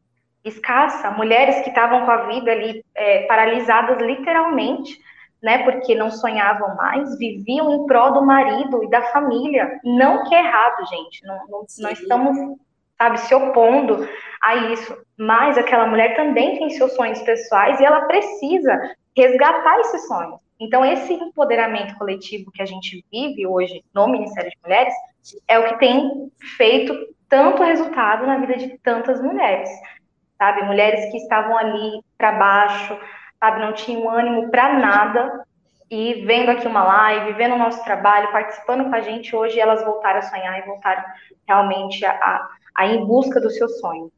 escassa, mulheres que estavam com a vida ali é, paralisadas literalmente, né? Porque não sonhavam mais, viviam em prol do marido e da família. Não que é errado, gente, não, não, não estamos, sabe, se opondo a isso, mas aquela mulher também tem seus sonhos pessoais e ela precisa resgatar esses sonhos. Então, esse empoderamento coletivo que a gente vive hoje no Ministério de Mulheres é o que tem feito tanto resultado na vida de tantas mulheres, sabe? Mulheres que estavam ali para baixo, sabe? Não tinham ânimo para nada e vendo aqui uma live, vendo o nosso trabalho, participando com a gente, hoje elas voltaram a sonhar e voltaram realmente a, a, a ir em busca do seu sonho,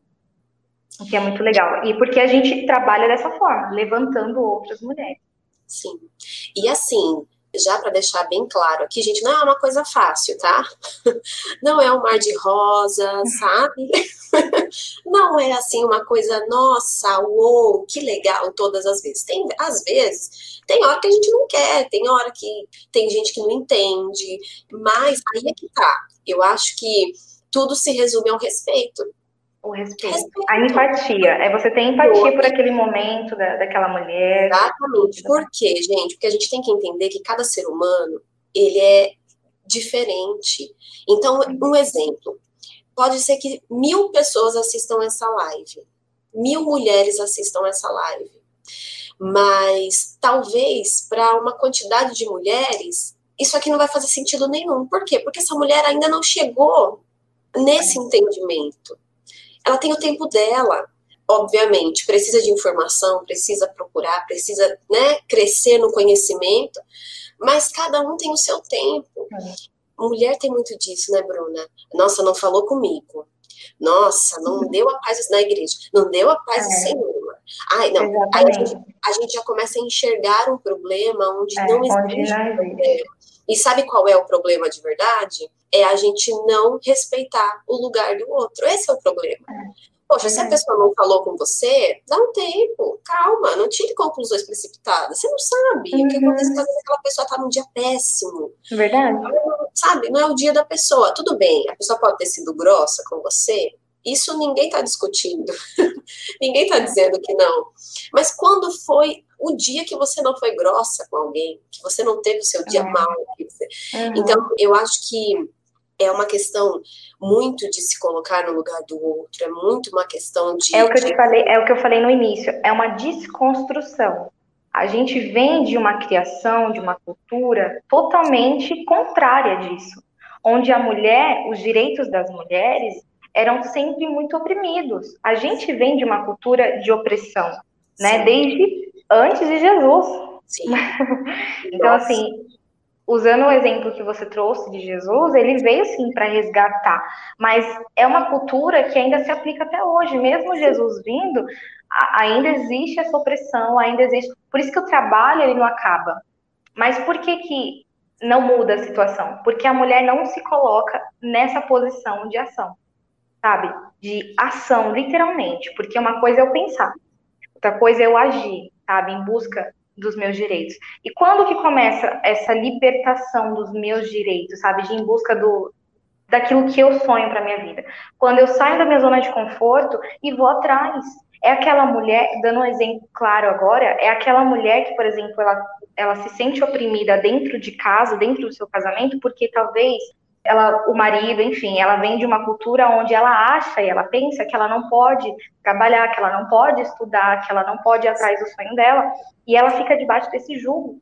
o que é muito legal. E porque a gente trabalha dessa forma, levantando outras mulheres. Sim. E assim, já para deixar bem claro aqui, gente, não é uma coisa fácil, tá? Não é um mar de rosas, sabe? Não é assim uma coisa, nossa, uou, que legal todas as vezes. Tem, às vezes, tem hora que a gente não quer, tem hora que tem gente que não entende, mas aí é que tá. Eu acho que tudo se resume ao respeito. O respeito. Respeito. A empatia. É você ter empatia por aquele momento da, daquela mulher. Exatamente. Por quê, gente? Porque a gente tem que entender que cada ser humano, ele é diferente. Então, um exemplo. Pode ser que mil pessoas assistam essa live. Mil mulheres assistam essa live. Mas, talvez, para uma quantidade de mulheres, isso aqui não vai fazer sentido nenhum. Por quê? Porque essa mulher ainda não chegou nesse entendimento. Ela tem o tempo dela. Obviamente, precisa de informação, precisa procurar, precisa, né, crescer no conhecimento, mas cada um tem o seu tempo. A mulher tem muito disso, né, Bruna? Nossa, não falou comigo. Nossa, não deu a paz na igreja. Não deu a paz do É. Senhor. Ai, não. Aí a gente, a gente já começa a enxergar um problema onde É, não onde existe não problema. existe. E sabe qual é o problema de verdade? É a gente não respeitar o lugar do outro. Esse é o problema. Poxa, se a pessoa não falou com você, dá um tempo, calma, não tire conclusões precipitadas. Você não sabe. Uhum. O que acontece é que às vezes aquela pessoa está num dia péssimo. Verdade. Sabe, não é o dia da pessoa. Tudo bem, a pessoa pode ter sido grossa com você. Isso ninguém está discutindo. Ninguém está dizendo que não. Mas quando foi o dia que você não foi grossa com alguém, que você não teve o seu dia Uhum. mal. Que você... Uhum. Então, eu acho que é uma questão muito de se colocar no lugar do outro, é muito uma questão de... É o que eu te falei, é o que eu falei no início, é uma desconstrução. A gente vem de uma criação, de uma cultura totalmente contrária disso, onde a mulher, os direitos das mulheres eram sempre muito oprimidos. A gente vem de uma cultura de opressão, né? Sim. Desde antes de Jesus. Sim. Então, Nossa. assim, usando o exemplo que você trouxe de Jesus, ele veio sim para resgatar, mas é uma cultura que ainda se aplica até hoje, mesmo Jesus vindo, a- ainda existe essa opressão, ainda existe, por isso que o trabalho ele não acaba. Mas por que que não muda a situação? Porque a mulher não se coloca nessa posição de ação, sabe? De ação, literalmente, porque uma coisa é eu pensar, outra coisa é eu agir, sabe? Em busca dos meus direitos. E quando que começa essa libertação dos meus direitos, sabe? De ir em busca do, daquilo que eu sonho para minha vida. Quando eu saio da minha zona de conforto e vou atrás. É aquela mulher, dando um exemplo claro agora, é aquela mulher que, por exemplo, ela, ela se sente oprimida dentro de casa, dentro do seu casamento, porque talvez ela, o marido, enfim, ela vem de uma cultura onde ela acha e ela pensa que ela não pode trabalhar, que ela não pode estudar, que ela não pode ir atrás do sonho dela, e ela fica debaixo desse jugo.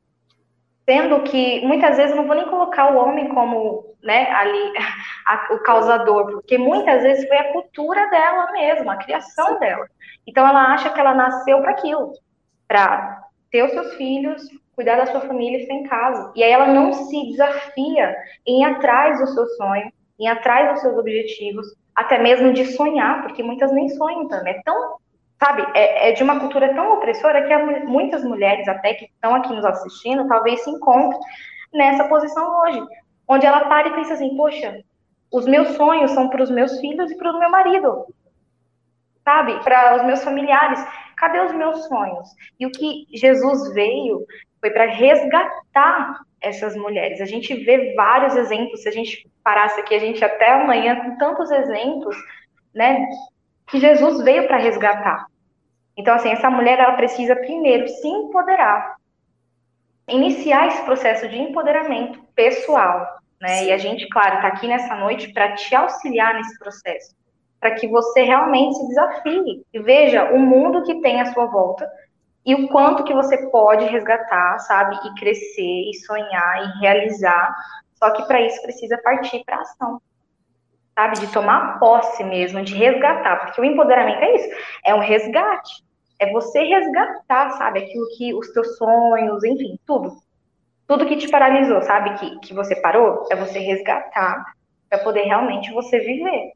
Sendo que, muitas vezes, eu não vou nem colocar o homem como, né, ali, a, o causador, porque muitas vezes foi a cultura dela mesma, a criação dela. Então, ela acha que ela nasceu para aquilo, para ter os seus filhos, cuidar da sua família e estar em casa. E aí ela não se desafia em ir atrás do seu sonho, em ir atrás dos seus objetivos, até mesmo de sonhar, porque muitas nem sonham também. É tão, sabe, é, é de uma cultura tão opressora que há muitas mulheres até que estão aqui nos assistindo, talvez se encontrem nessa posição hoje, onde ela para e pensa assim, poxa, os meus sonhos são para os meus filhos e para o meu marido, sabe, para os meus familiares. Cadê os meus sonhos? E o que Jesus veio foi para resgatar essas mulheres. A gente vê vários exemplos, se a gente parasse aqui, a gente até amanhã com tantos exemplos, né, que Jesus veio para resgatar. Então, assim, essa mulher, ela precisa primeiro se empoderar, iniciar esse processo de empoderamento pessoal, né? E a gente, claro, está aqui nessa noite para te auxiliar nesse processo, para que você realmente se desafie e veja o mundo que tem à sua volta e o quanto que você pode resgatar, sabe? E crescer, e sonhar, e realizar. Só que para isso precisa partir para a ação, sabe? De tomar posse mesmo, de resgatar. Porque o empoderamento é isso, é um resgate. É você resgatar, sabe? Aquilo que, os teus sonhos, enfim, tudo. Tudo que te paralisou, sabe? Que, que você parou, é você resgatar para poder realmente você viver.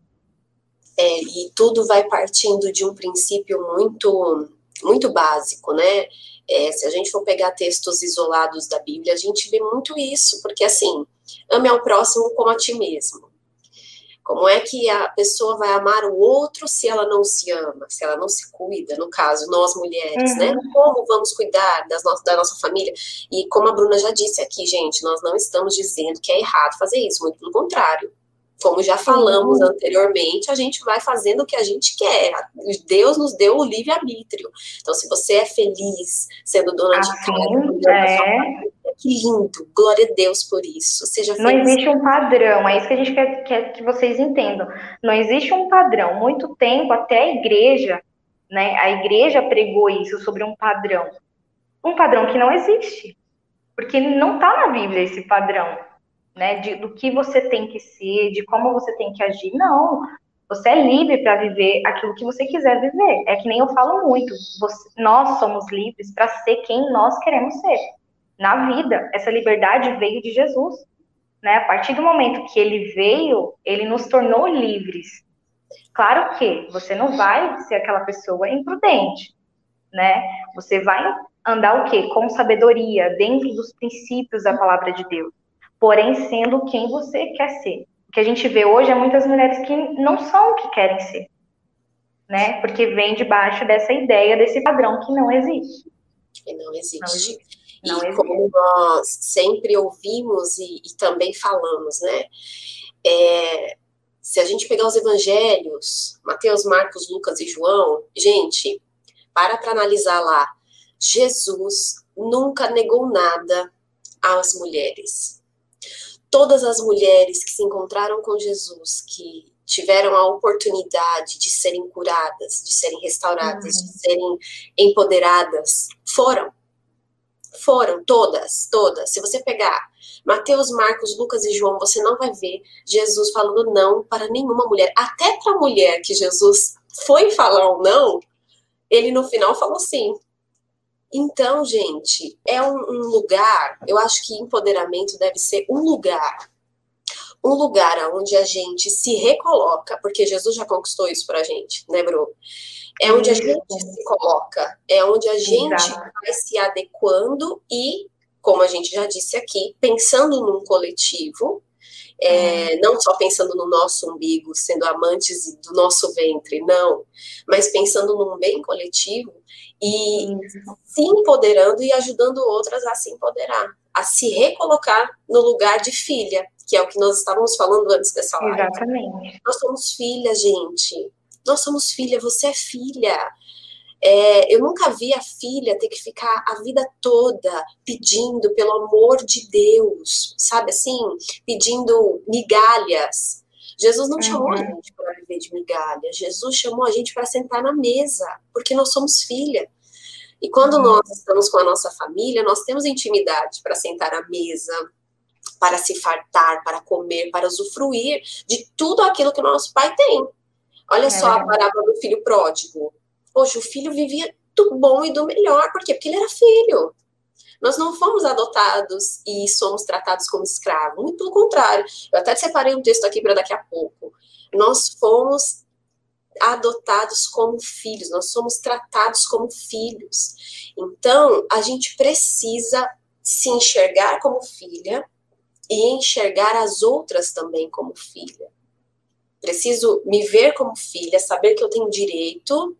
É, e tudo vai partindo de um princípio muito, muito básico, né? É, se a gente for pegar textos isolados da Bíblia, a gente vê muito isso, porque assim, ame ao próximo como a ti mesmo. Como é que a pessoa vai amar o outro se ela não se ama, se ela não se cuida, no caso, nós mulheres, uhum. né? Como vamos cuidar das no- da nossa família? E como a Bruna já disse aqui, gente, nós não estamos dizendo que é errado fazer isso, muito pelo contrário. Como já falamos uhum. anteriormente, a gente vai fazendo o que a gente quer. Deus nos deu o livre-arbítrio. Então, se você é feliz sendo dona assim, de casa, é... que lindo, glória a Deus por isso. Seja Não feliz. existe um padrão, é isso que a gente quer, quer que vocês entendam. Não existe um padrão. Muito tempo, até a igreja, né? A igreja pregou isso sobre um padrão. Um padrão que não existe. Porque não está na Bíblia esse padrão, né? De, do que você tem que ser, de como você tem que agir. Não. Você é livre para viver aquilo que você quiser viver. É que nem eu falo muito. Você, nós somos livres para ser quem nós queremos ser. Na vida, essa liberdade veio de Jesus. Né? A partir do momento que ele veio, ele nos tornou livres. Claro que você não vai ser aquela pessoa imprudente, né? Você vai andar o quê? Com sabedoria, dentro dos princípios da palavra de Deus. Porém, sendo quem você quer ser. O que a gente vê hoje é muitas mulheres que não são o que querem ser. Né? Porque vem debaixo dessa ideia, desse padrão que não existe. Que não existe. Não existe. E não existe. Como nós sempre ouvimos e, e também falamos, né? É, se a gente pegar os evangelhos, Mateus, Marcos, Lucas e João, gente, para para analisar lá. Jesus nunca negou nada às mulheres. Todas as mulheres que se encontraram com Jesus, que tiveram a oportunidade de serem curadas, de serem restauradas, uhum. de serem empoderadas, foram. Foram, todas, todas. Se você pegar Mateus, Marcos, Lucas e João, você não vai ver Jesus falando não para nenhuma mulher. Até para a mulher que Jesus foi falar um não, ele no final falou sim. Então, gente, é um, um lugar, eu acho que empoderamento deve ser um lugar, um lugar onde a gente se recoloca, porque Jesus já conquistou isso pra gente, né, Bru? É onde a gente se coloca, é onde a gente Exato. Vai se adequando e, como a gente já disse aqui, pensando num coletivo, é, não só pensando no nosso umbigo, sendo amantes do nosso ventre, não, mas pensando num bem coletivo e se empoderando e ajudando outras a se empoderar, a se recolocar no lugar de filha, que é o que nós estávamos falando antes dessa live. Exatamente. Nós somos filha, gente. Nós somos filha, você é filha. É, eu nunca vi a filha ter que ficar a vida toda pedindo pelo amor de Deus, sabe assim? Pedindo migalhas. Jesus não uhum. chamou a gente para viver de migalhas. Jesus chamou a gente para sentar na mesa, porque nós somos filha. E quando uhum. nós estamos com a nossa família, nós temos intimidade para sentar à mesa, para se fartar, para comer, para usufruir de tudo aquilo que o nosso pai tem. Olha é. só a parábola do filho pródigo. Poxa, o filho vivia do bom e do melhor. Por quê? Porque ele era filho. Nós não fomos adotados e somos tratados como escravos. Muito pelo contrário. Eu até separei um texto aqui para daqui a pouco. Nós fomos adotados como filhos. Nós somos tratados como filhos. Então, a gente precisa se enxergar como filha e enxergar as outras também como filha. Preciso me ver como filha, saber que eu tenho direito.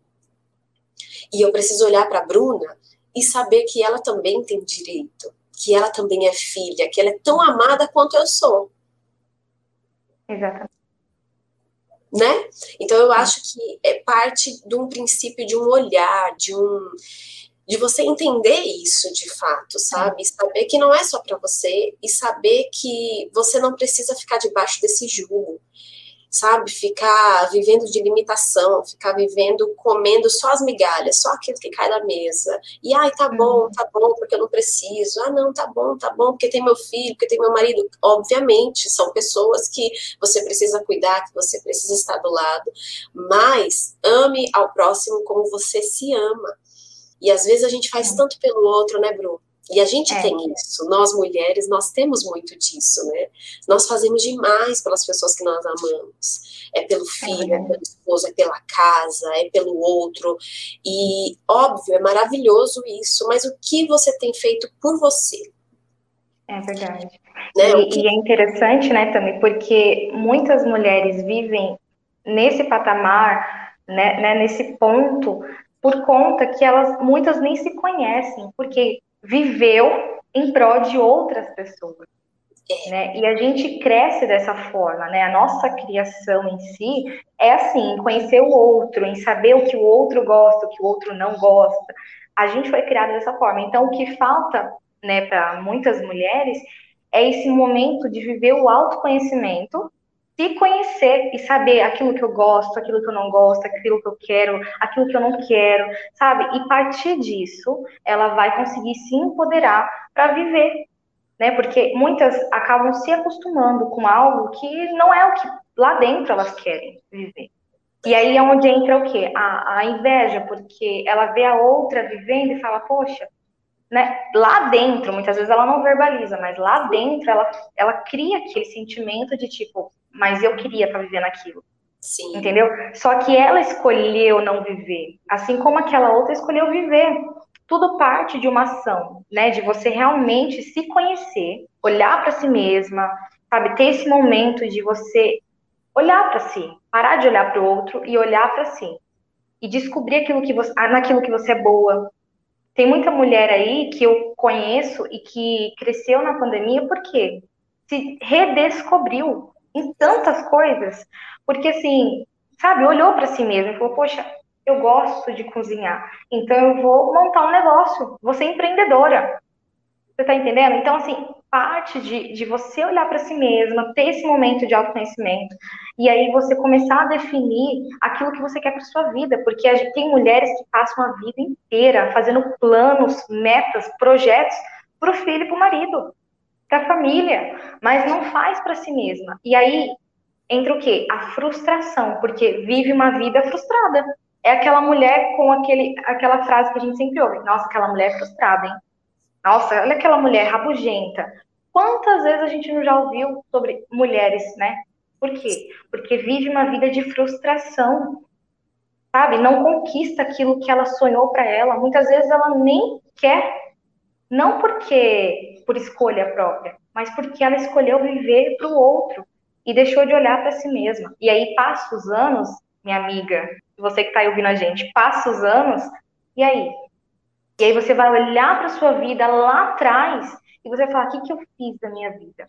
E eu preciso olhar para a Bruna e saber que ela também tem direito, que ela também é filha, que ela é tão amada quanto eu sou. Exatamente. Né? Então eu acho que é parte de um princípio, de um olhar, de um de você entender isso de fato, sabe? E saber que não é só para você e saber que você não precisa ficar debaixo desse jugo. Sabe, ficar vivendo de limitação, ficar vivendo, comendo só as migalhas, só aquilo que cai da mesa. E, ai, tá bom, tá bom, porque eu não preciso. Ah, não, tá bom, tá bom, porque tem meu filho, porque tem meu marido. Obviamente, são pessoas que você precisa cuidar, que você precisa estar do lado. Mas ame ao próximo como você se ama. E às vezes a gente faz tanto pelo outro, né, Bru? E a gente é. tem isso, nós mulheres, nós temos muito disso, né? Nós fazemos demais pelas pessoas que nós amamos. É pelo filho, é, é pelo esposo, é pela casa, é pelo outro. E, óbvio, é maravilhoso isso, mas o que você tem feito por você? É verdade. Né? E, que... e é interessante, né, também, porque muitas mulheres vivem nesse patamar, né, né, nesse ponto, por conta que elas, muitas nem se conhecem, porque viveu em prol de outras pessoas. né? E a gente cresce dessa forma, né? A nossa criação em si é assim, em conhecer o outro, em saber o que o outro gosta, o que o outro não gosta. A gente foi criado dessa forma. Então, o que falta, né, para muitas mulheres é esse momento de viver o autoconhecimento, se conhecer e saber aquilo que eu gosto, aquilo que eu não gosto, aquilo que eu quero, aquilo que eu não quero, sabe? E a partir disso, ela vai conseguir se empoderar para viver, né? Porque muitas acabam se acostumando com algo que não é o que lá dentro elas querem viver. E aí é onde entra o quê? A, a inveja, porque ela vê a outra vivendo e fala, poxa, né? Lá dentro, muitas vezes ela não verbaliza, mas lá dentro ela, ela cria aquele sentimento de tipo, mas eu queria estar vivendo aquilo. Sim. Entendeu? Só que ela escolheu não viver, assim como aquela outra escolheu viver. Tudo parte de uma ação, né? De você realmente se conhecer, olhar para si mesma, sabe? Ter esse momento de você olhar para si, parar de olhar para o outro e olhar para si. E descobrir aquilo que você, naquilo que você é boa. Tem muita mulher aí que eu conheço e que cresceu na pandemia porque se redescobriu em tantas coisas. Porque, assim, sabe, olhou para si mesma e falou: poxa, eu gosto de cozinhar, então eu vou montar um negócio, vou ser empreendedora. Você tá entendendo? Então, assim, parte de, de você olhar para si mesma, ter esse momento de autoconhecimento, e aí você começar a definir aquilo que você quer para sua vida, porque a gente tem mulheres que passam a vida inteira fazendo planos, metas, projetos para o filho e para o marido, para a família, mas não faz para si mesma. E aí entra o quê? A frustração, porque vive uma vida frustrada. É aquela mulher com aquele, aquela frase que a gente sempre ouve: nossa, aquela mulher é frustrada, hein? Nossa, olha aquela mulher rabugenta. Quantas vezes a gente não já ouviu sobre mulheres, né? Por quê? Porque vive uma vida de frustração, sabe? Não conquista aquilo que ela sonhou para ela. Muitas vezes ela nem quer, não porque por escolha própria, mas porque ela escolheu viver para o outro e deixou de olhar para si mesma. E aí passa os anos, minha amiga, você que está aí ouvindo a gente, passa os anos, e aí? E aí você vai olhar para sua vida lá atrás e você vai falar: o que, que eu fiz da minha vida?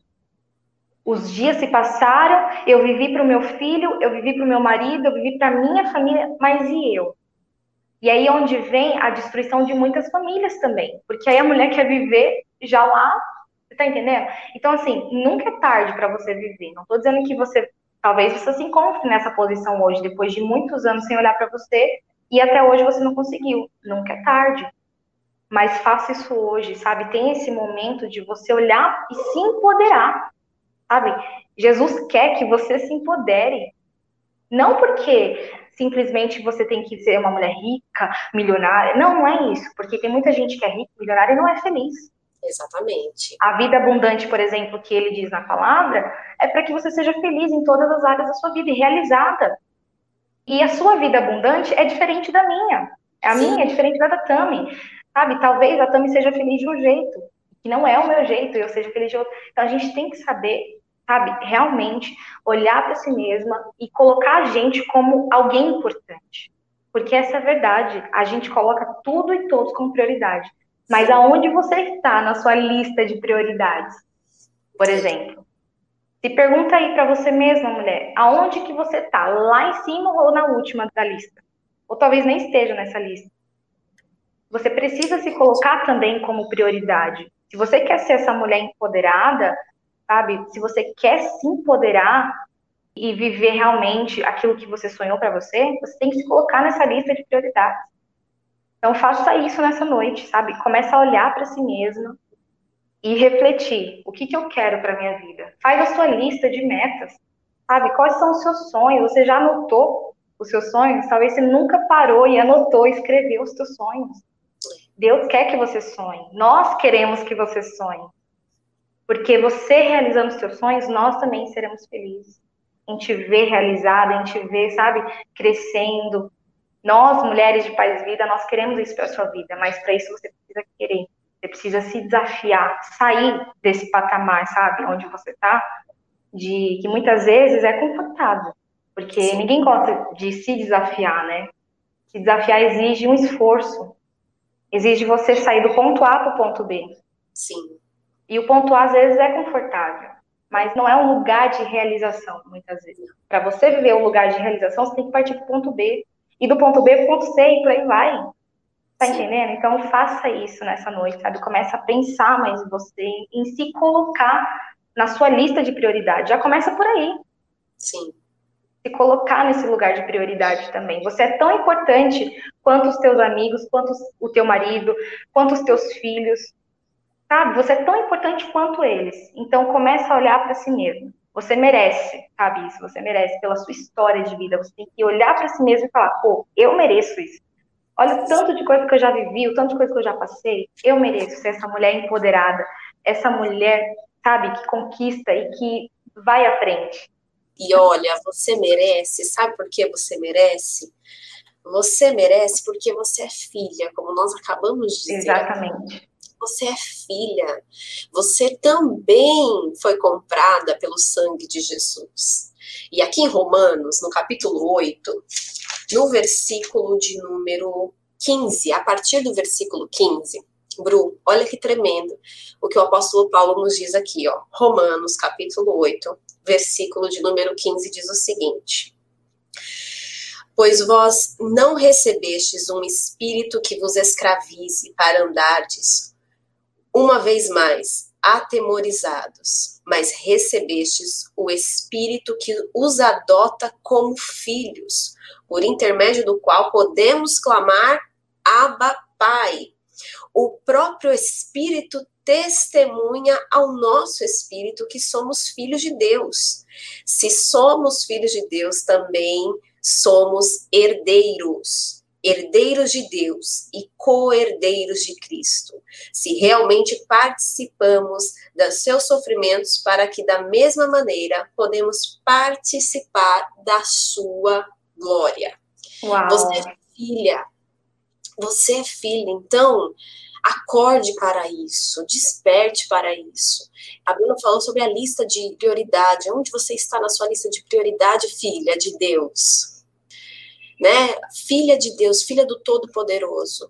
Os dias se passaram, eu vivi para o meu filho, eu vivi para o meu marido, eu vivi para a minha família, mas e eu? E aí é onde vem a destruição de muitas famílias também, porque aí a mulher quer viver já lá, você tá entendendo? Então, assim, nunca é tarde para você viver. Não tô dizendo que você, talvez você se encontre nessa posição hoje, depois de muitos anos sem olhar para você, e até hoje você não conseguiu. Nunca é tarde. Mas faça isso hoje, sabe? Tem esse momento de você olhar e se empoderar, sabe? Jesus quer que você se empodere. Não porque simplesmente você tem que ser uma mulher rica, milionária. Não, não é isso. Porque tem muita gente que é rica, milionária e não é feliz. Exatamente. A vida abundante, por exemplo, que ele diz na palavra, é para que você seja feliz em todas as áreas da sua vida e realizada. E a sua vida abundante é diferente da minha. A Sim. minha é diferente da da Tami. Sabe, talvez a Tami seja feliz de um jeito, que não é o meu jeito, e eu seja feliz de outro. Então a gente tem que saber, sabe, realmente olhar para si mesma e colocar a gente como alguém importante. Porque essa é a verdade, a gente coloca tudo e todos como prioridade. Mas aonde você está na sua lista de prioridades? Por exemplo, se pergunta aí para você mesma, mulher, aonde que você está? Lá em cima ou na última da lista? Ou talvez nem esteja nessa lista. Você precisa se colocar também como prioridade. Se você quer ser essa mulher empoderada, sabe? Se você quer se empoderar e viver realmente aquilo que você sonhou para você, você tem que se colocar nessa lista de prioridades. Então faça isso nessa noite, sabe? Começa a olhar para si mesma e refletir. O que, que eu quero para minha vida? Faz a sua lista de metas, sabe? Quais são os seus sonhos? Você já anotou os seus sonhos? Talvez você nunca parou e anotou, escreveu os seus sonhos. Deus quer que você sonhe. Nós queremos que você sonhe. Porque você realizando os seus sonhos, nós também seremos felizes. Em te ver realizada, em te ver, sabe, crescendo. Nós, mulheres de paz e vida, nós queremos isso para a sua vida. Mas para isso você precisa querer. Você precisa se desafiar. Sair desse patamar, sabe, onde você está. De que muitas vezes é confortável. Porque Sim. ninguém gosta de se desafiar, né? Se desafiar exige um esforço. Exige você sair do ponto A para o ponto B. Sim. E o ponto A, às vezes, é confortável, mas não é um lugar de realização, muitas vezes. Para você viver um lugar de realização, você tem que partir para o ponto B. E do ponto B para o ponto C, e por aí vai. Tá entendendo? Então, faça isso nessa noite, sabe? Começa a pensar mais em você, em se colocar na sua lista de prioridade. Já começa por aí. Sim. Se colocar nesse lugar de prioridade também. Você é tão importante quanto os teus amigos, quanto o teu marido, quanto os teus filhos. Sabe? Você é tão importante quanto eles. Então, começa a olhar para si mesmo. Você merece, sabe isso? Você merece pela sua história de vida. Você tem que olhar para si mesmo e falar, pô, eu mereço isso. Olha o tanto de coisa que eu já vivi, o tanto de coisa que eu já passei. Eu mereço ser essa mulher empoderada, essa mulher, sabe, que conquista e que vai à frente. E olha, você merece, sabe por que você merece? Você merece porque você é filha, como nós acabamos de dizer. Exatamente. Você é filha. Você também foi comprada pelo sangue de Jesus. E aqui em Romanos, no capítulo oito, no versículo de número quinze, a partir do versículo quinze, Bru, olha que tremendo o que o apóstolo Paulo nos diz aqui, ó. Romanos, capítulo oito, versículo de número quinze, diz o seguinte: pois vós não recebestes um espírito que vos escravize para andardes, uma vez mais, atemorizados, mas recebestes o Espírito que os adota como filhos, por intermédio do qual podemos clamar Abba, Pai. O próprio Espírito testemunha ao nosso Espírito que somos filhos de Deus. Se somos filhos de Deus, também somos herdeiros. Herdeiros de Deus e co-herdeiros de Cristo, se realmente participamos dos seus sofrimentos, para que da mesma maneira podemos participar da sua glória. Uau. Você é filha, você é filha, então acorde para isso, desperte para isso. A Bíblia falou sobre a lista de prioridade. Onde você está na sua lista de prioridade, filha de Deus? Né? Filha de Deus, filha do Todo-Poderoso.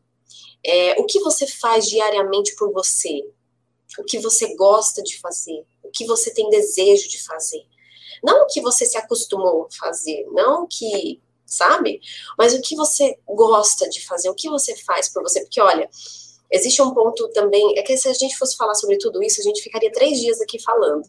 É, o que você faz diariamente por você? O que você gosta de fazer? O que você tem desejo de fazer? Não o que você se acostumou a fazer, não o que, sabe? Mas o que você gosta de fazer, o que você faz por você? Porque, olha, existe um ponto também, é que se a gente fosse falar sobre tudo isso, a gente ficaria três dias aqui falando.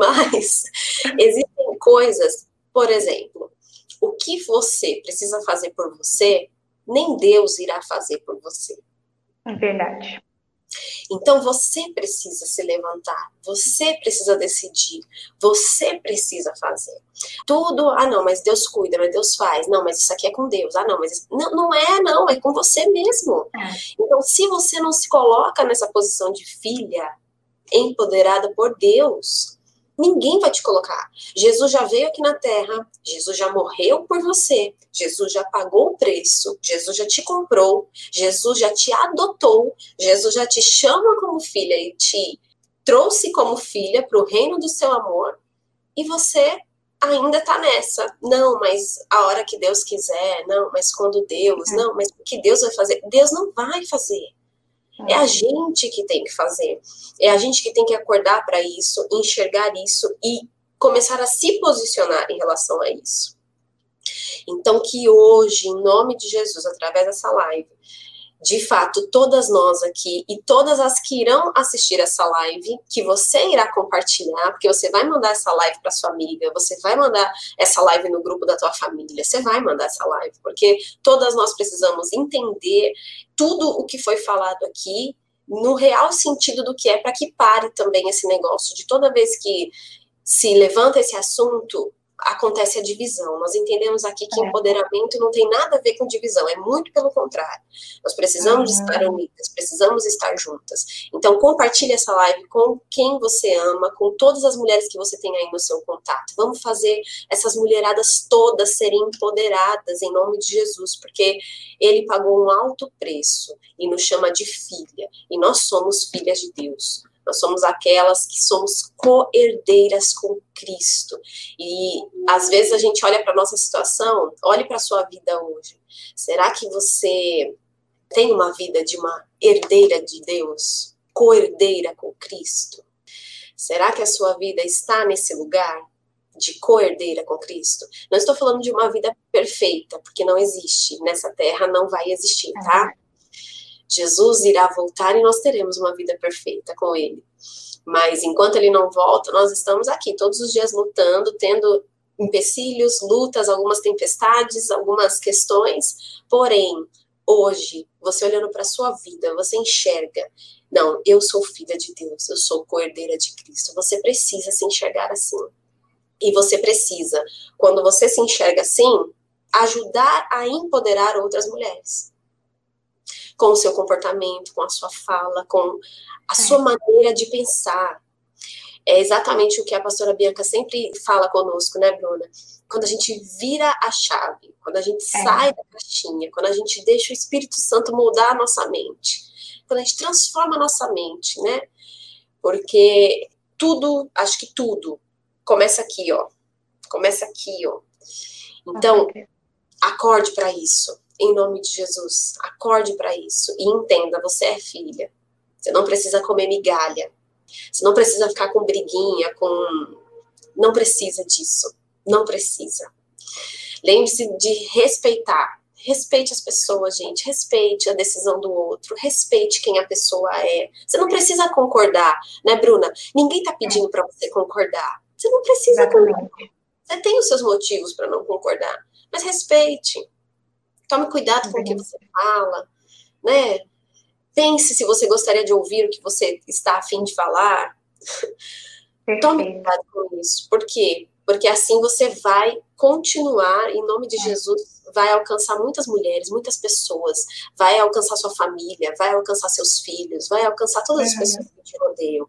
Mas existem coisas, por exemplo, o que você precisa fazer por você, nem Deus irá fazer por você. É verdade. Então você precisa se levantar, você precisa decidir, você precisa fazer. Tudo, ah não, mas Deus cuida, mas Deus faz, não, mas isso aqui é com Deus, ah não, mas isso... não, não é não, é com você mesmo. É. Então se você não se coloca nessa posição de filha, empoderada por Deus, ninguém vai te colocar. Jesus já veio aqui na terra, Jesus já morreu por você, Jesus já pagou o preço, Jesus já te comprou, Jesus já te adotou, Jesus já te chama como filha e te trouxe como filha para o reino do seu amor, e você ainda tá nessa. Não, mas a hora que Deus quiser, não, mas quando Deus, não, mas o que Deus vai fazer? Deus não vai fazer. É a gente que tem que fazer. É a gente que tem que acordar para isso, enxergar isso e começar a se posicionar em relação a isso. Então, que hoje, em nome de Jesus, através dessa live, de fato, todas nós aqui e todas as que irão assistir essa live, que você irá compartilhar, porque você vai mandar essa live para sua amiga, você vai mandar essa live no grupo da tua família, você vai mandar essa live, porque todas nós precisamos entender tudo o que foi falado aqui, no real sentido do que é, para que pare também esse negócio de toda vez que se levanta esse assunto, acontece a divisão. Nós entendemos aqui que empoderamento não tem nada a ver com divisão, é muito pelo contrário. Nós precisamos uhum. estar unidas, precisamos estar juntas. Então, compartilhe essa live com quem você ama, com todas as mulheres que você tem aí no seu contato. Vamos fazer essas mulheradas todas serem empoderadas em nome de Jesus, porque Ele pagou um alto preço e nos chama de filha, e nós somos filhas de Deus. Nós somos aquelas que somos co-herdeiras com Cristo. E às vezes a gente olha para a nossa situação, olhe para a sua vida hoje. Será que você tem uma vida de uma herdeira de Deus? Co-herdeira com Cristo? Será que a sua vida está nesse lugar de co-herdeira com Cristo? Não estou falando de uma vida perfeita, porque não existe. Nessa terra não vai existir, tá? Jesus irá voltar e nós teremos uma vida perfeita com Ele. Mas enquanto Ele não volta, nós estamos aqui todos os dias lutando, tendo empecilhos, lutas, algumas tempestades, algumas questões. Porém, hoje, você olhando para a sua vida, você enxerga, não, eu sou filha de Deus, eu sou co-herdeira de Cristo. Você precisa se enxergar assim. E você precisa, quando você se enxerga assim, ajudar a empoderar outras mulheres. Com o seu comportamento, com a sua fala, com a sua maneira de pensar. É exatamente o que a pastora Bianca sempre fala conosco, né, Bruna? Quando a gente vira a chave, quando a gente é. sai da caixinha, quando a gente deixa o Espírito Santo moldar a nossa mente, quando a gente transforma a nossa mente, né? Porque tudo, acho que tudo, começa aqui, ó. Começa aqui, ó. Então, acorde para isso, em nome de Jesus. Acorde para isso e entenda, você é filha. Você não precisa comer migalha. Você não precisa ficar com briguinha, com... Não precisa disso. Não precisa. Lembre-se de respeitar. Respeite as pessoas, gente. Respeite a decisão do outro. Respeite quem a pessoa é. Você não precisa concordar, né, Bruna? Ninguém tá pedindo para você concordar. Você não precisa Exatamente. concordar. Você tem os seus motivos para não concordar. Mas respeite. Tome cuidado com o que você fala, né? Pense se você gostaria de ouvir o que você está a fim de falar. Perfeito. Tome cuidado com isso. Por quê? Porque assim você vai continuar, em nome de Jesus, vai alcançar muitas mulheres, muitas pessoas, vai alcançar sua família, vai alcançar seus filhos, vai alcançar todas as Uhum. pessoas que te rodeiam.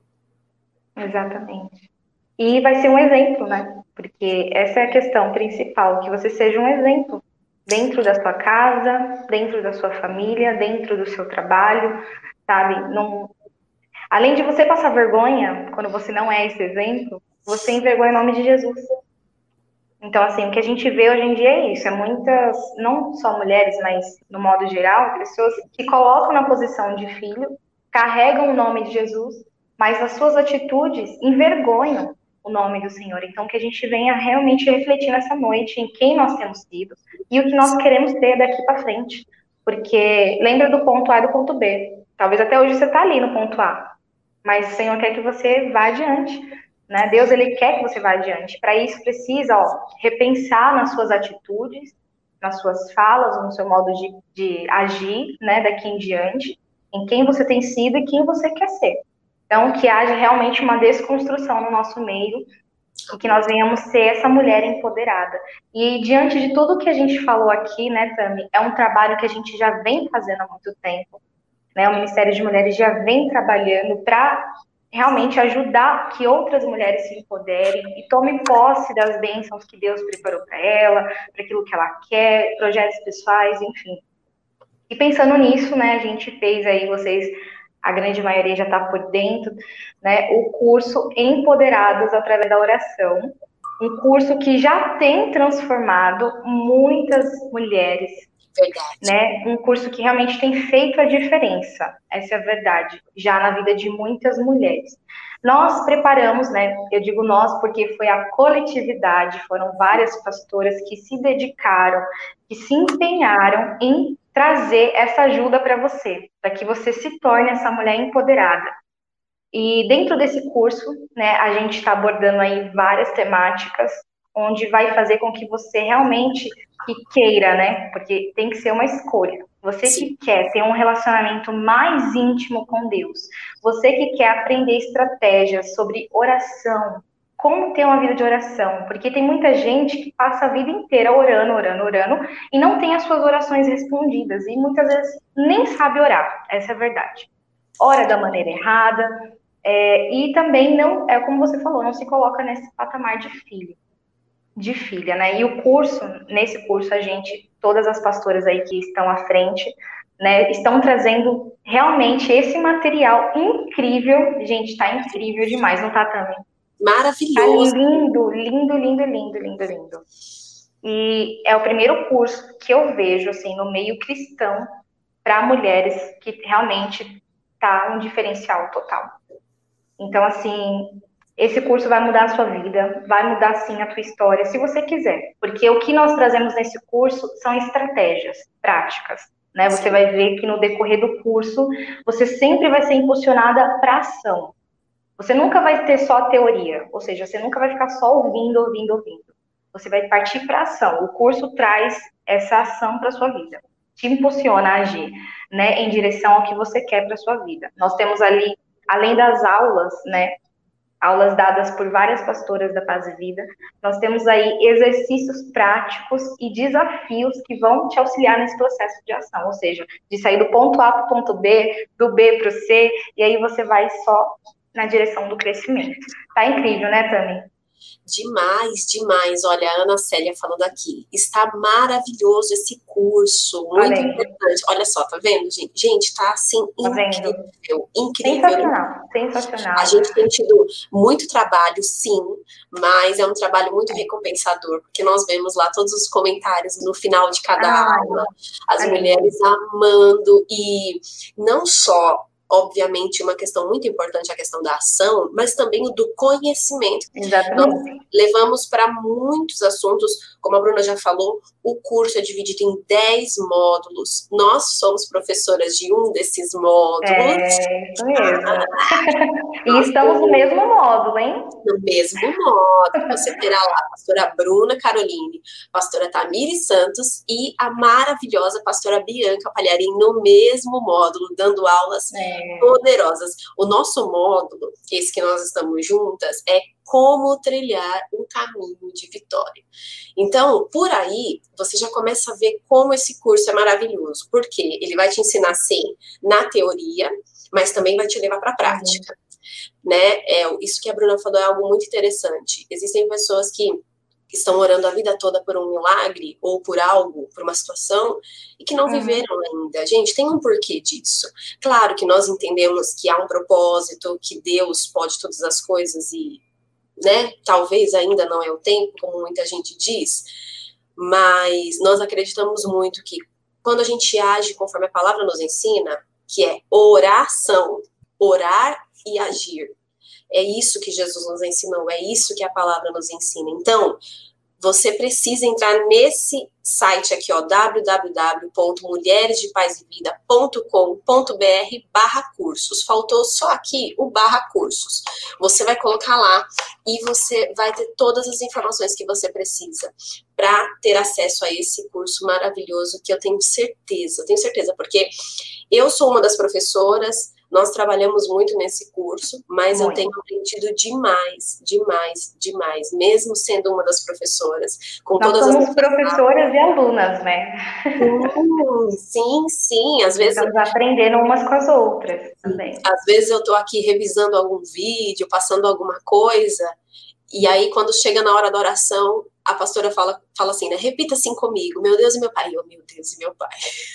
Exatamente. E vai ser um exemplo, né? Porque essa é a questão principal, que você seja um exemplo dentro da sua casa, dentro da sua família, dentro do seu trabalho, sabe? Não... Além de você passar vergonha, quando você não é esse exemplo, você envergonha em nome de Jesus. Então, assim, o que a gente vê hoje em dia é isso, é muitas, não só mulheres, mas no modo geral, pessoas que colocam na posição de filho, carregam o nome de Jesus, mas as suas atitudes envergonham o nome do Senhor. Então, que a gente venha realmente refletir nessa noite em quem nós temos sido e o que nós queremos ter daqui para frente. Porque lembra do ponto A e do ponto B. Talvez até hoje você está ali no ponto A, mas o Senhor quer que você vá adiante, né? Deus, Ele quer que você vá adiante. Para isso, precisa ó, repensar nas suas atitudes, nas suas falas, no seu modo de, de agir, né, daqui em diante, em quem você tem sido e quem você quer ser. Então, que haja realmente uma desconstrução no nosso meio e que nós venhamos ser essa mulher empoderada. E diante de tudo que a gente falou aqui, né, Tami, é um trabalho que a gente já vem fazendo há muito tempo, né? O Ministério de Mulheres já vem trabalhando para realmente ajudar que outras mulheres se empoderem e tomem posse das bênçãos que Deus preparou para ela, para aquilo que ela quer, projetos pessoais, enfim. E pensando nisso, né, a gente fez aí, vocês... a grande maioria já está por dentro, né, o curso Empoderadas através da Oração, um curso que já tem transformado muitas mulheres, Verdade. né, um curso que realmente tem feito a diferença, essa é a verdade, já na vida de muitas mulheres. Nós preparamos, né, eu digo nós porque foi a coletividade, foram várias pastoras que se dedicaram, que se empenharam em trazer essa ajuda para você, para que você se torne essa mulher empoderada. E dentro desse curso, né, a gente está abordando aí várias temáticas, onde vai fazer com que você realmente que queira, né, porque tem que ser uma escolha. Você Sim. que quer ter um relacionamento mais íntimo com Deus, você que quer aprender estratégias sobre oração, como ter uma vida de oração, porque tem muita gente que passa a vida inteira orando, orando, orando, e não tem as suas orações respondidas, e muitas vezes nem sabe orar, essa é a verdade. Ora da maneira errada, é, e também não, é como você falou, não se coloca nesse patamar de filho, de filha, né? E o curso, nesse curso a gente, todas as pastoras aí que estão à frente, né, estão trazendo realmente esse material incrível, gente, tá incrível demais, não tá também? Maravilhoso. Tá lindo, lindo, lindo, lindo, lindo, lindo. E é o primeiro curso que eu vejo, assim, no meio cristão, para mulheres que realmente tá um diferencial total. Então, assim, esse curso vai mudar a sua vida, vai mudar sim a tua história, se você quiser. Porque o que nós trazemos nesse curso são estratégias práticas, né? Você vai ver que no decorrer do curso, você sempre vai ser impulsionada para ação. Você nunca vai ter só teoria, ou seja, você nunca vai ficar só ouvindo, ouvindo, ouvindo. Você vai partir para ação. O curso traz essa ação para sua vida, te impulsiona a agir, né, em direção ao que você quer para sua vida. Nós temos ali, além das aulas, né, aulas dadas por várias pastoras da Paz e Vida, nós temos aí exercícios práticos e desafios que vão te auxiliar nesse processo de ação, ou seja, de sair do ponto A para o ponto B, do B para o C, e aí você vai só na direção do crescimento. Tá incrível, né, Tami? Demais, demais. Olha, a Ana Célia falando aqui. Está maravilhoso esse curso, muito Olha importante. Olha só, tá vendo, gente? Gente, tá assim, tá incrível, incrível. Sensacional, sensacional. A gente tem tido muito trabalho, sim, mas é um trabalho muito recompensador, porque nós vemos lá todos os comentários no final de cada ah, aula, as é mulheres amando, e não só obviamente, uma questão muito importante, a questão da ação, mas também o do conhecimento. Exatamente. Nós levamos para muitos assuntos, como a Bruna já falou, o curso é dividido em dez módulos. Nós somos professoras de um desses módulos. É, isso mesmo. Ah, e estamos no mesmo módulo, hein? No mesmo módulo. Você terá lá a pastora Bruna Caroline, a pastora Tamiri Santos e a maravilhosa pastora Bianca Palharim no mesmo módulo, dando aulas é. poderosas. O nosso módulo, esse que nós estamos juntas, é como trilhar um caminho de vitória. Então, por aí, você já começa a ver como esse curso é maravilhoso, porque ele vai te ensinar, sim, na teoria, mas também vai te levar para a prática. Uhum. Né? É, isso que a Bruna falou é algo muito interessante. Existem pessoas que estão orando a vida toda por um milagre, ou por algo, por uma situação, e que não uhum. viveram ainda. Gente, tem um porquê disso. Claro que nós entendemos que há um propósito, que Deus pode todas as coisas e, né, talvez ainda não é o tempo, como muita gente diz, mas nós acreditamos muito que quando a gente age conforme a palavra nos ensina, que é oração, orar e agir. É isso que Jesus nos ensinou, é isso que a palavra nos ensina. Então, você precisa entrar nesse site aqui, ó, w w w ponto mulheres de paz e vida ponto com ponto b r barra cursos. Faltou só aqui o barra cursos. Você vai colocar lá e você vai ter todas as informações que você precisa para ter acesso a esse curso maravilhoso que eu tenho certeza, eu tenho certeza, porque eu sou uma das professoras. Nós trabalhamos muito nesse curso, mas muito. Eu tenho aprendido demais, demais, demais, mesmo sendo uma das professoras. Com Nós todas somos as professoras e alunas, né? Sim, sim, sim. Às vezes estamos aprendendo umas com as outras também. Às vezes eu estou aqui revisando algum vídeo, passando alguma coisa, e aí quando chega na hora da oração, a pastora fala, fala assim, né? Repita assim comigo, meu Deus e meu pai. Eu, meu Deus e meu pai.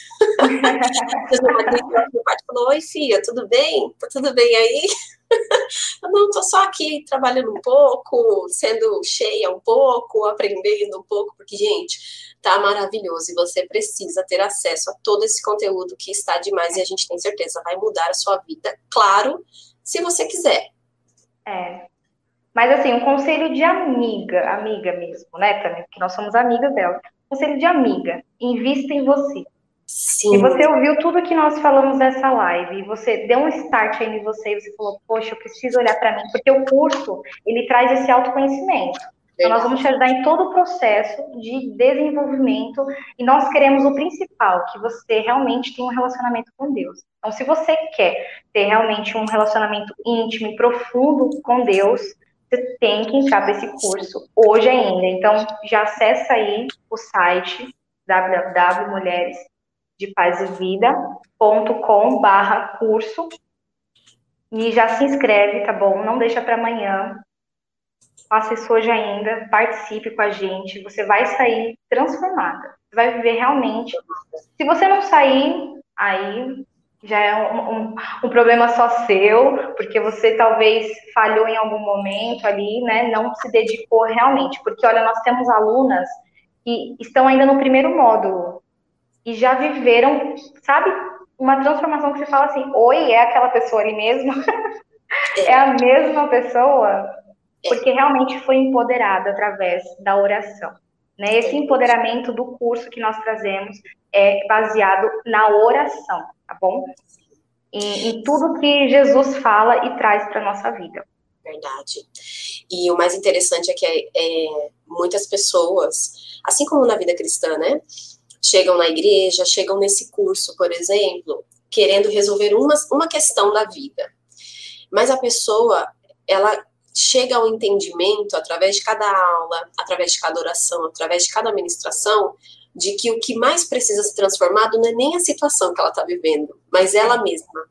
Meu pai falou, oi filha, tudo bem? Tá tudo bem aí? Eu não, tô só aqui trabalhando um pouco, sendo cheia um pouco, aprendendo um pouco, porque, gente, tá maravilhoso e você precisa ter acesso a todo esse conteúdo que está demais e a gente tem certeza vai mudar a sua vida, claro, se você quiser. É. Mas, assim, um conselho de amiga, amiga mesmo, né, também, porque nós somos amigas dela. Conselho de amiga, invista em você. Sim. Se você ouviu tudo que nós falamos nessa live e você deu um start aí em você e você falou, poxa, eu preciso olhar para mim, porque o curso, ele traz esse autoconhecimento. Então, nós vamos te ajudar em todo o processo de desenvolvimento e nós queremos o principal, que você realmente tenha um relacionamento com Deus. Então, se você quer ter realmente um relacionamento íntimo e profundo com Deus, você tem que entrar para esse curso hoje ainda. Então, já acessa aí o site w w w ponto mulheres de paz e vida ponto com barra curso e já se inscreve, tá bom? Não deixa para amanhã. Faça isso hoje ainda, participe com a gente. Você vai sair transformada. Você vai viver realmente. Se você não sair, aí já é um, um, um problema só seu, porque você talvez falhou em algum momento ali, né? Não se dedicou realmente. Porque, olha, nós temos alunas que estão ainda no primeiro módulo e já viveram, sabe, uma transformação que você fala assim, oi, é aquela pessoa ali mesmo? É a mesma pessoa? porque realmente foi empoderada através da oração. Né? Esse empoderamento do curso que nós trazemos é baseado na oração, tá bom? Em, em tudo que Jesus fala e traz para a nossa vida. Verdade. E o mais interessante é que é, é, muitas pessoas, assim como na vida cristã, né, chegam na igreja, chegam nesse curso, por exemplo, querendo resolver uma, uma questão da vida. Mas a pessoa, ela chega ao entendimento, através de cada aula, através de cada oração, através de cada ministração, de que o que mais precisa ser transformado não é nem a situação que ela está vivendo, mas ela mesma.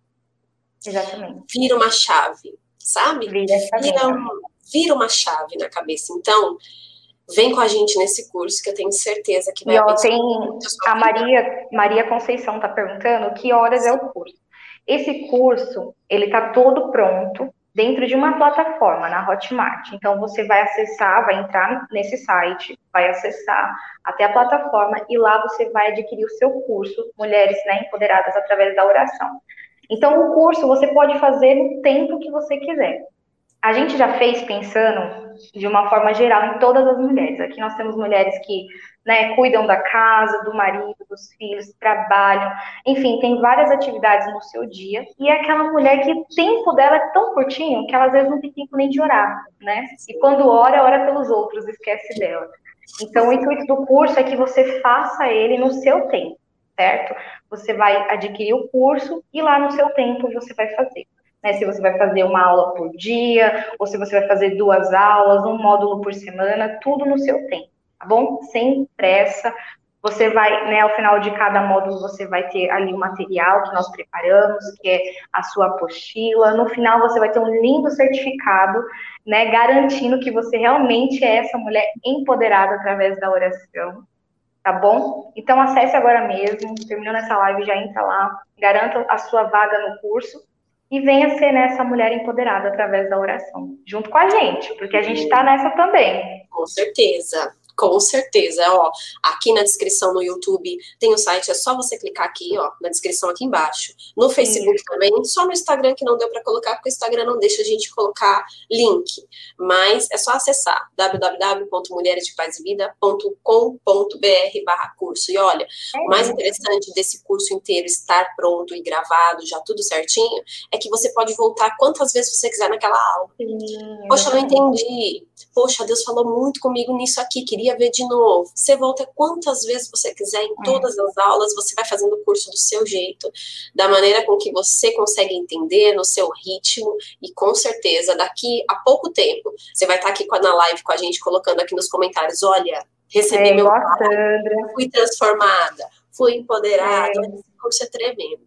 Exatamente. Vira uma chave, sabe? Vira, vira, um, vira uma chave na cabeça. Então, vem com a gente nesse curso que eu tenho certeza que vai abençoar. Tem a Maria, Maria Conceição está perguntando que horas é o curso. Esse curso, ele está todo pronto dentro de uma plataforma na Hotmart. Então, você vai acessar, vai entrar nesse site, vai acessar até a plataforma e lá você vai adquirir o seu curso, Mulheres, né, Empoderadas através da Oração. Então, o curso você pode fazer no tempo que você quiser. A gente já fez pensando de uma forma geral em todas as mulheres. Aqui nós temos mulheres que, né, cuidam da casa, do marido, dos filhos, trabalham, enfim, tem várias atividades no seu dia. E é aquela mulher que o tempo dela é tão curtinho que ela às vezes não tem tempo nem de orar, né? E quando ora, ora pelos outros, esquece dela. Então, o intuito do curso é que você faça ele no seu tempo, certo? Você vai adquirir o curso e lá no seu tempo você vai fazer. Né, se você vai fazer uma aula por dia, ou se você vai fazer duas aulas, um módulo por semana, tudo no seu tempo, tá bom? Sem pressa. Você vai, né, ao final de cada módulo, você vai ter ali o material que nós preparamos, que é a sua apostila. No final, você vai ter um lindo certificado, né, garantindo que você realmente é essa mulher empoderada através da oração, tá bom? Então, acesse agora mesmo, terminando essa live, já entra lá, garanta a sua vaga no curso, e venha ser nessa mulher empoderada através da oração, junto com a gente, porque a gente está nessa também. Com certeza, com certeza. Ó, aqui na descrição no YouTube tem o site, é só você clicar aqui, ó, na descrição aqui embaixo. No Facebook Sim. também, só no Instagram que não deu para colocar, porque o Instagram não deixa a gente colocar link. Mas é só acessar w w w ponto mulheres de paz e vida ponto com ponto b r barra curso. E olha, é o mais interessante desse curso inteiro estar pronto e gravado, já tudo certinho, é que você pode voltar quantas vezes você quiser naquela aula. Sim, Poxa, eu não entendi. Poxa, Deus falou muito comigo nisso aqui, queria ver de novo. Você volta quantas vezes você quiser em todas as aulas, você vai fazendo o curso do seu jeito, da maneira com que você consegue entender, no seu ritmo, e com certeza, daqui a pouco tempo, você vai estar aqui na live com a gente, colocando aqui nos comentários, olha, recebi é, meu pai, fui transformada, fui empoderada, é. Esse curso é tremendo.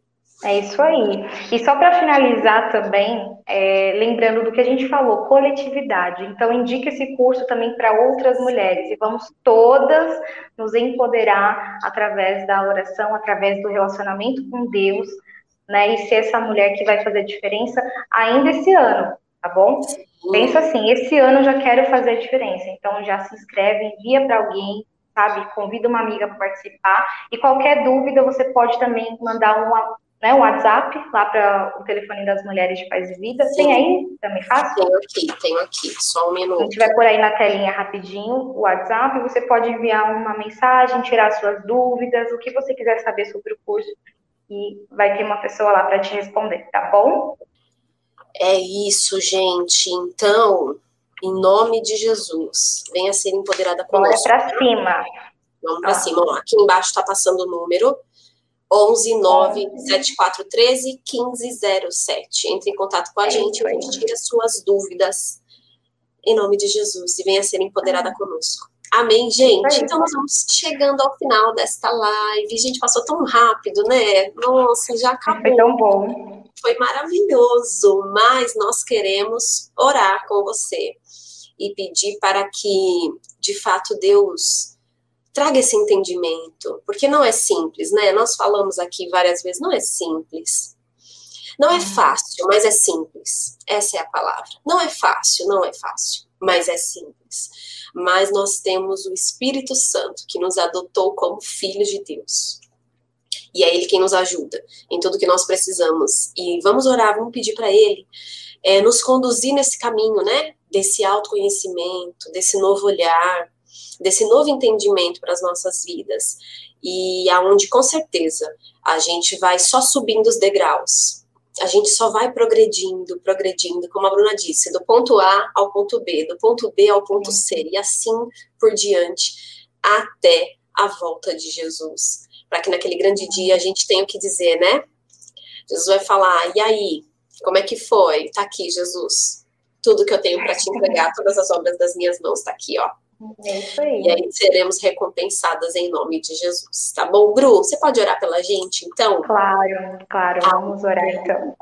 É isso aí. E só para finalizar também, é, lembrando do que a gente falou, coletividade. Então, indique esse curso também para outras mulheres. E vamos todas nos empoderar através da oração, através do relacionamento com Deus, né? E ser essa mulher que vai fazer diferença ainda esse ano, tá bom? Pensa assim, esse ano eu já quero fazer a diferença. Então, já se inscreve, envia para alguém, sabe? Convida uma amiga para participar. E qualquer dúvida, você pode também mandar uma... Né, um WhatsApp lá para o telefone das Mulheres de Paz e Vida. Sim. Tem aí? Também fácil? Tenho aqui, tenho aqui, só um minuto. A gente vai por aí na telinha rapidinho o WhatsApp, você pode enviar uma mensagem, tirar suas dúvidas, o que você quiser saber sobre o curso, e vai ter uma pessoa lá para te responder, tá bom? É isso, gente. Então, em nome de Jesus, venha ser empoderada conosco. Bora para cima. Vamos para ah. cima. Ó, aqui embaixo está passando o número onze nove sete quatro um três um cinco zero sete. Entre em contato com a é gente e a gente tira suas dúvidas em nome de Jesus e venha ser empoderada ah. conosco. Amém, gente? Então nós vamos chegando ao final desta live. Gente, passou tão rápido, né? Nossa, já acabou. Foi tão bom. Foi maravilhoso, mas nós queremos orar com você e pedir para que, de fato, Deus traga esse entendimento, porque não é simples, né? Nós falamos aqui várias vezes, não é simples. Não é fácil, mas é simples. Essa é a palavra. Não é fácil, não é fácil, mas é simples. Mas nós temos o Espírito Santo que nos adotou como filhos de Deus. E é Ele quem nos ajuda em tudo que nós precisamos. E vamos orar, vamos pedir para Ele é, nos conduzir nesse caminho, né, desse autoconhecimento, desse novo olhar, desse novo entendimento para as nossas vidas, e aonde, com certeza, a gente vai só subindo os degraus, a gente só vai progredindo, progredindo, como a Bruna disse, do ponto A ao ponto B, do ponto B ao ponto C, e assim por diante, até a volta de Jesus, para que naquele grande dia a gente tenha o que dizer, né? Jesus vai falar, e aí, como é que foi? Tá aqui, Jesus, tudo que eu tenho para te entregar, todas as obras das minhas mãos, tá aqui, ó. É isso aí. E aí seremos recompensadas em nome de Jesus, tá bom? Bru, você pode orar pela gente, então? Claro, claro, vamos orar então.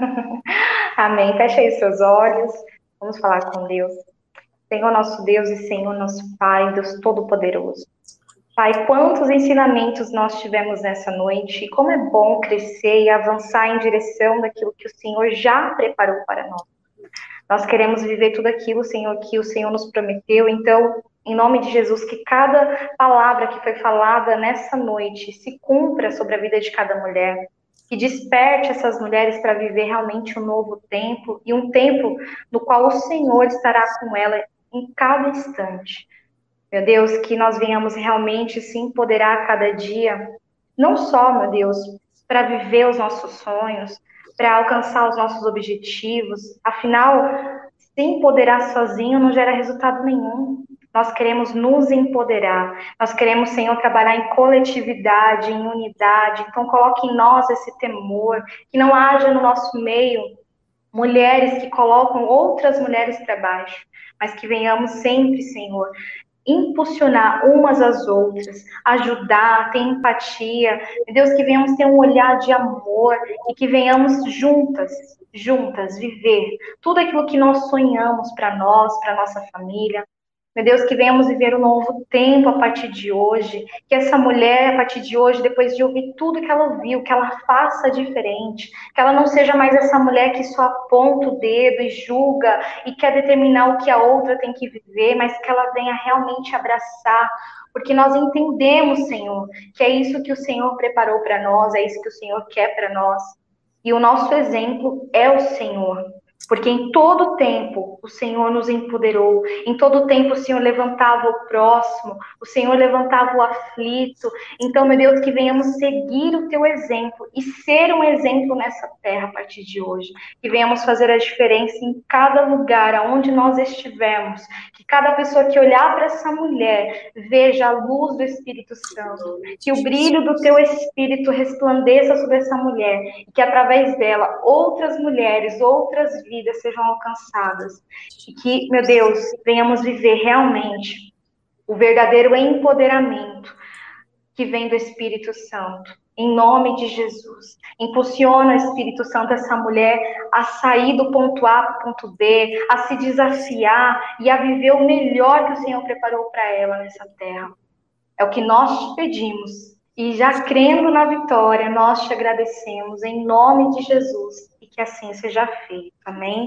Amém, feche aí seus olhos, vamos falar com Deus. Senhor nosso Deus e Senhor nosso Pai, Deus Todo-Poderoso. Pai, quantos ensinamentos nós tivemos nessa noite, e como é bom crescer e avançar em direção daquilo que o Senhor já preparou para nós. Nós queremos viver tudo aquilo, Senhor, que o Senhor nos prometeu. Então, em nome de Jesus, que cada palavra que foi falada nessa noite se cumpra sobre a vida de cada mulher, que desperte essas mulheres para viver realmente um novo tempo, e um tempo no qual o Senhor estará com ela em cada instante. Meu Deus, que nós venhamos realmente se empoderar a cada dia, não só, meu Deus, para viver os nossos sonhos, para alcançar os nossos objetivos. Afinal, se empoderar sozinho não gera resultado nenhum. Nós queremos nos empoderar. Nós queremos, Senhor, trabalhar em coletividade, em unidade. Então, coloque em nós esse temor, que não haja no nosso meio mulheres que colocam outras mulheres para baixo, mas que venhamos sempre, Senhor, impulsionar umas às outras, ajudar, ter empatia. Meu Deus, que venhamos ter um olhar de amor e que venhamos juntas, juntas, viver tudo aquilo que nós sonhamos para nós, para nossa família. Meu Deus, que venhamos viver um novo tempo a partir de hoje, que essa mulher, a partir de hoje, depois de ouvir tudo que ela ouviu, que ela faça diferente, que ela não seja mais essa mulher que só aponta o dedo e julga e quer determinar o que a outra tem que viver, mas que ela venha realmente abraçar, porque nós entendemos, Senhor, que é isso que o Senhor preparou para nós, é isso que o Senhor quer para nós, e o nosso exemplo é o Senhor. Porque em todo tempo o Senhor nos empoderou, em todo tempo o Senhor levantava o próximo, o Senhor levantava o aflito. Então, meu Deus, que venhamos seguir o teu exemplo e ser um exemplo nessa terra a partir de hoje. Que venhamos fazer a diferença em cada lugar, aonde nós estivermos. Que cada pessoa que olhar para essa mulher veja a luz do Espírito Santo. Que o brilho do teu Espírito resplandeça sobre essa mulher. E que através dela outras mulheres, outras vidas, vidas sejam alcançadas, e que, meu Deus, venhamos viver realmente o verdadeiro empoderamento que vem do Espírito Santo, em nome de Jesus. Impulsiona, Espírito Santo, essa mulher a sair do ponto A para o ponto B, a se desafiar e a viver o melhor que o Senhor preparou para ela nessa terra. É o que nós te pedimos, e já crendo na vitória, nós te agradecemos em nome de Jesus. Que assim seja feito, amém?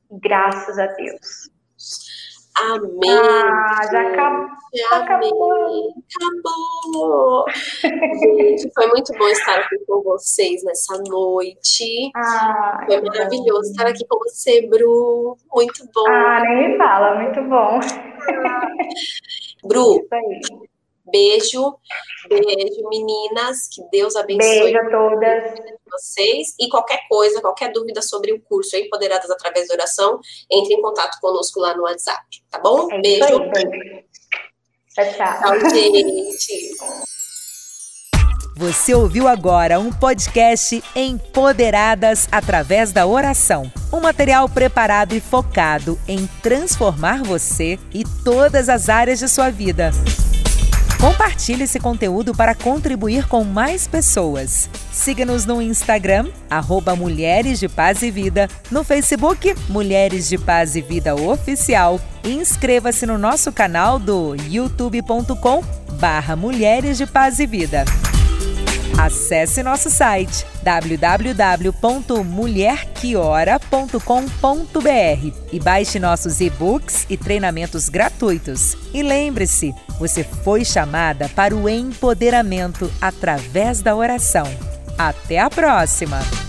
Graças a Deus. Amém. Ah, já acabou. Já acabou. Acabou. Gente, foi muito bom estar aqui com vocês nessa noite. Ah, foi maravilhoso bom. Estar aqui com você, Bru. Muito bom. Ah, nem me fala, muito bom. Ah. Bru, beijo. Beijo, meninas. Que Deus abençoe. Beijo a todas. Vocês, e qualquer coisa, qualquer dúvida sobre o curso Empoderadas através da Oração, entre em contato conosco lá no WhatsApp, tá bom? É beijo. Aí, beijo. Tchau, tchau. Tchau, gente. Você ouviu agora um podcast Empoderadas através da Oração. Um material preparado e focado em transformar você e todas as áreas de sua vida. Compartilhe esse conteúdo para contribuir com mais pessoas. Siga-nos no Instagram, arroba Mulheres de Paz e Vida, no Facebook, Mulheres de Paz e Vida Oficial, e inscreva-se no nosso canal do youtube ponto com barra Mulheres de Paz e Vida. Acesse nosso site w w w ponto mulher que ora ponto com ponto b r e baixe nossos e-books e treinamentos gratuitos. E lembre-se, você foi chamada para o empoderamento através da oração. Até a próxima!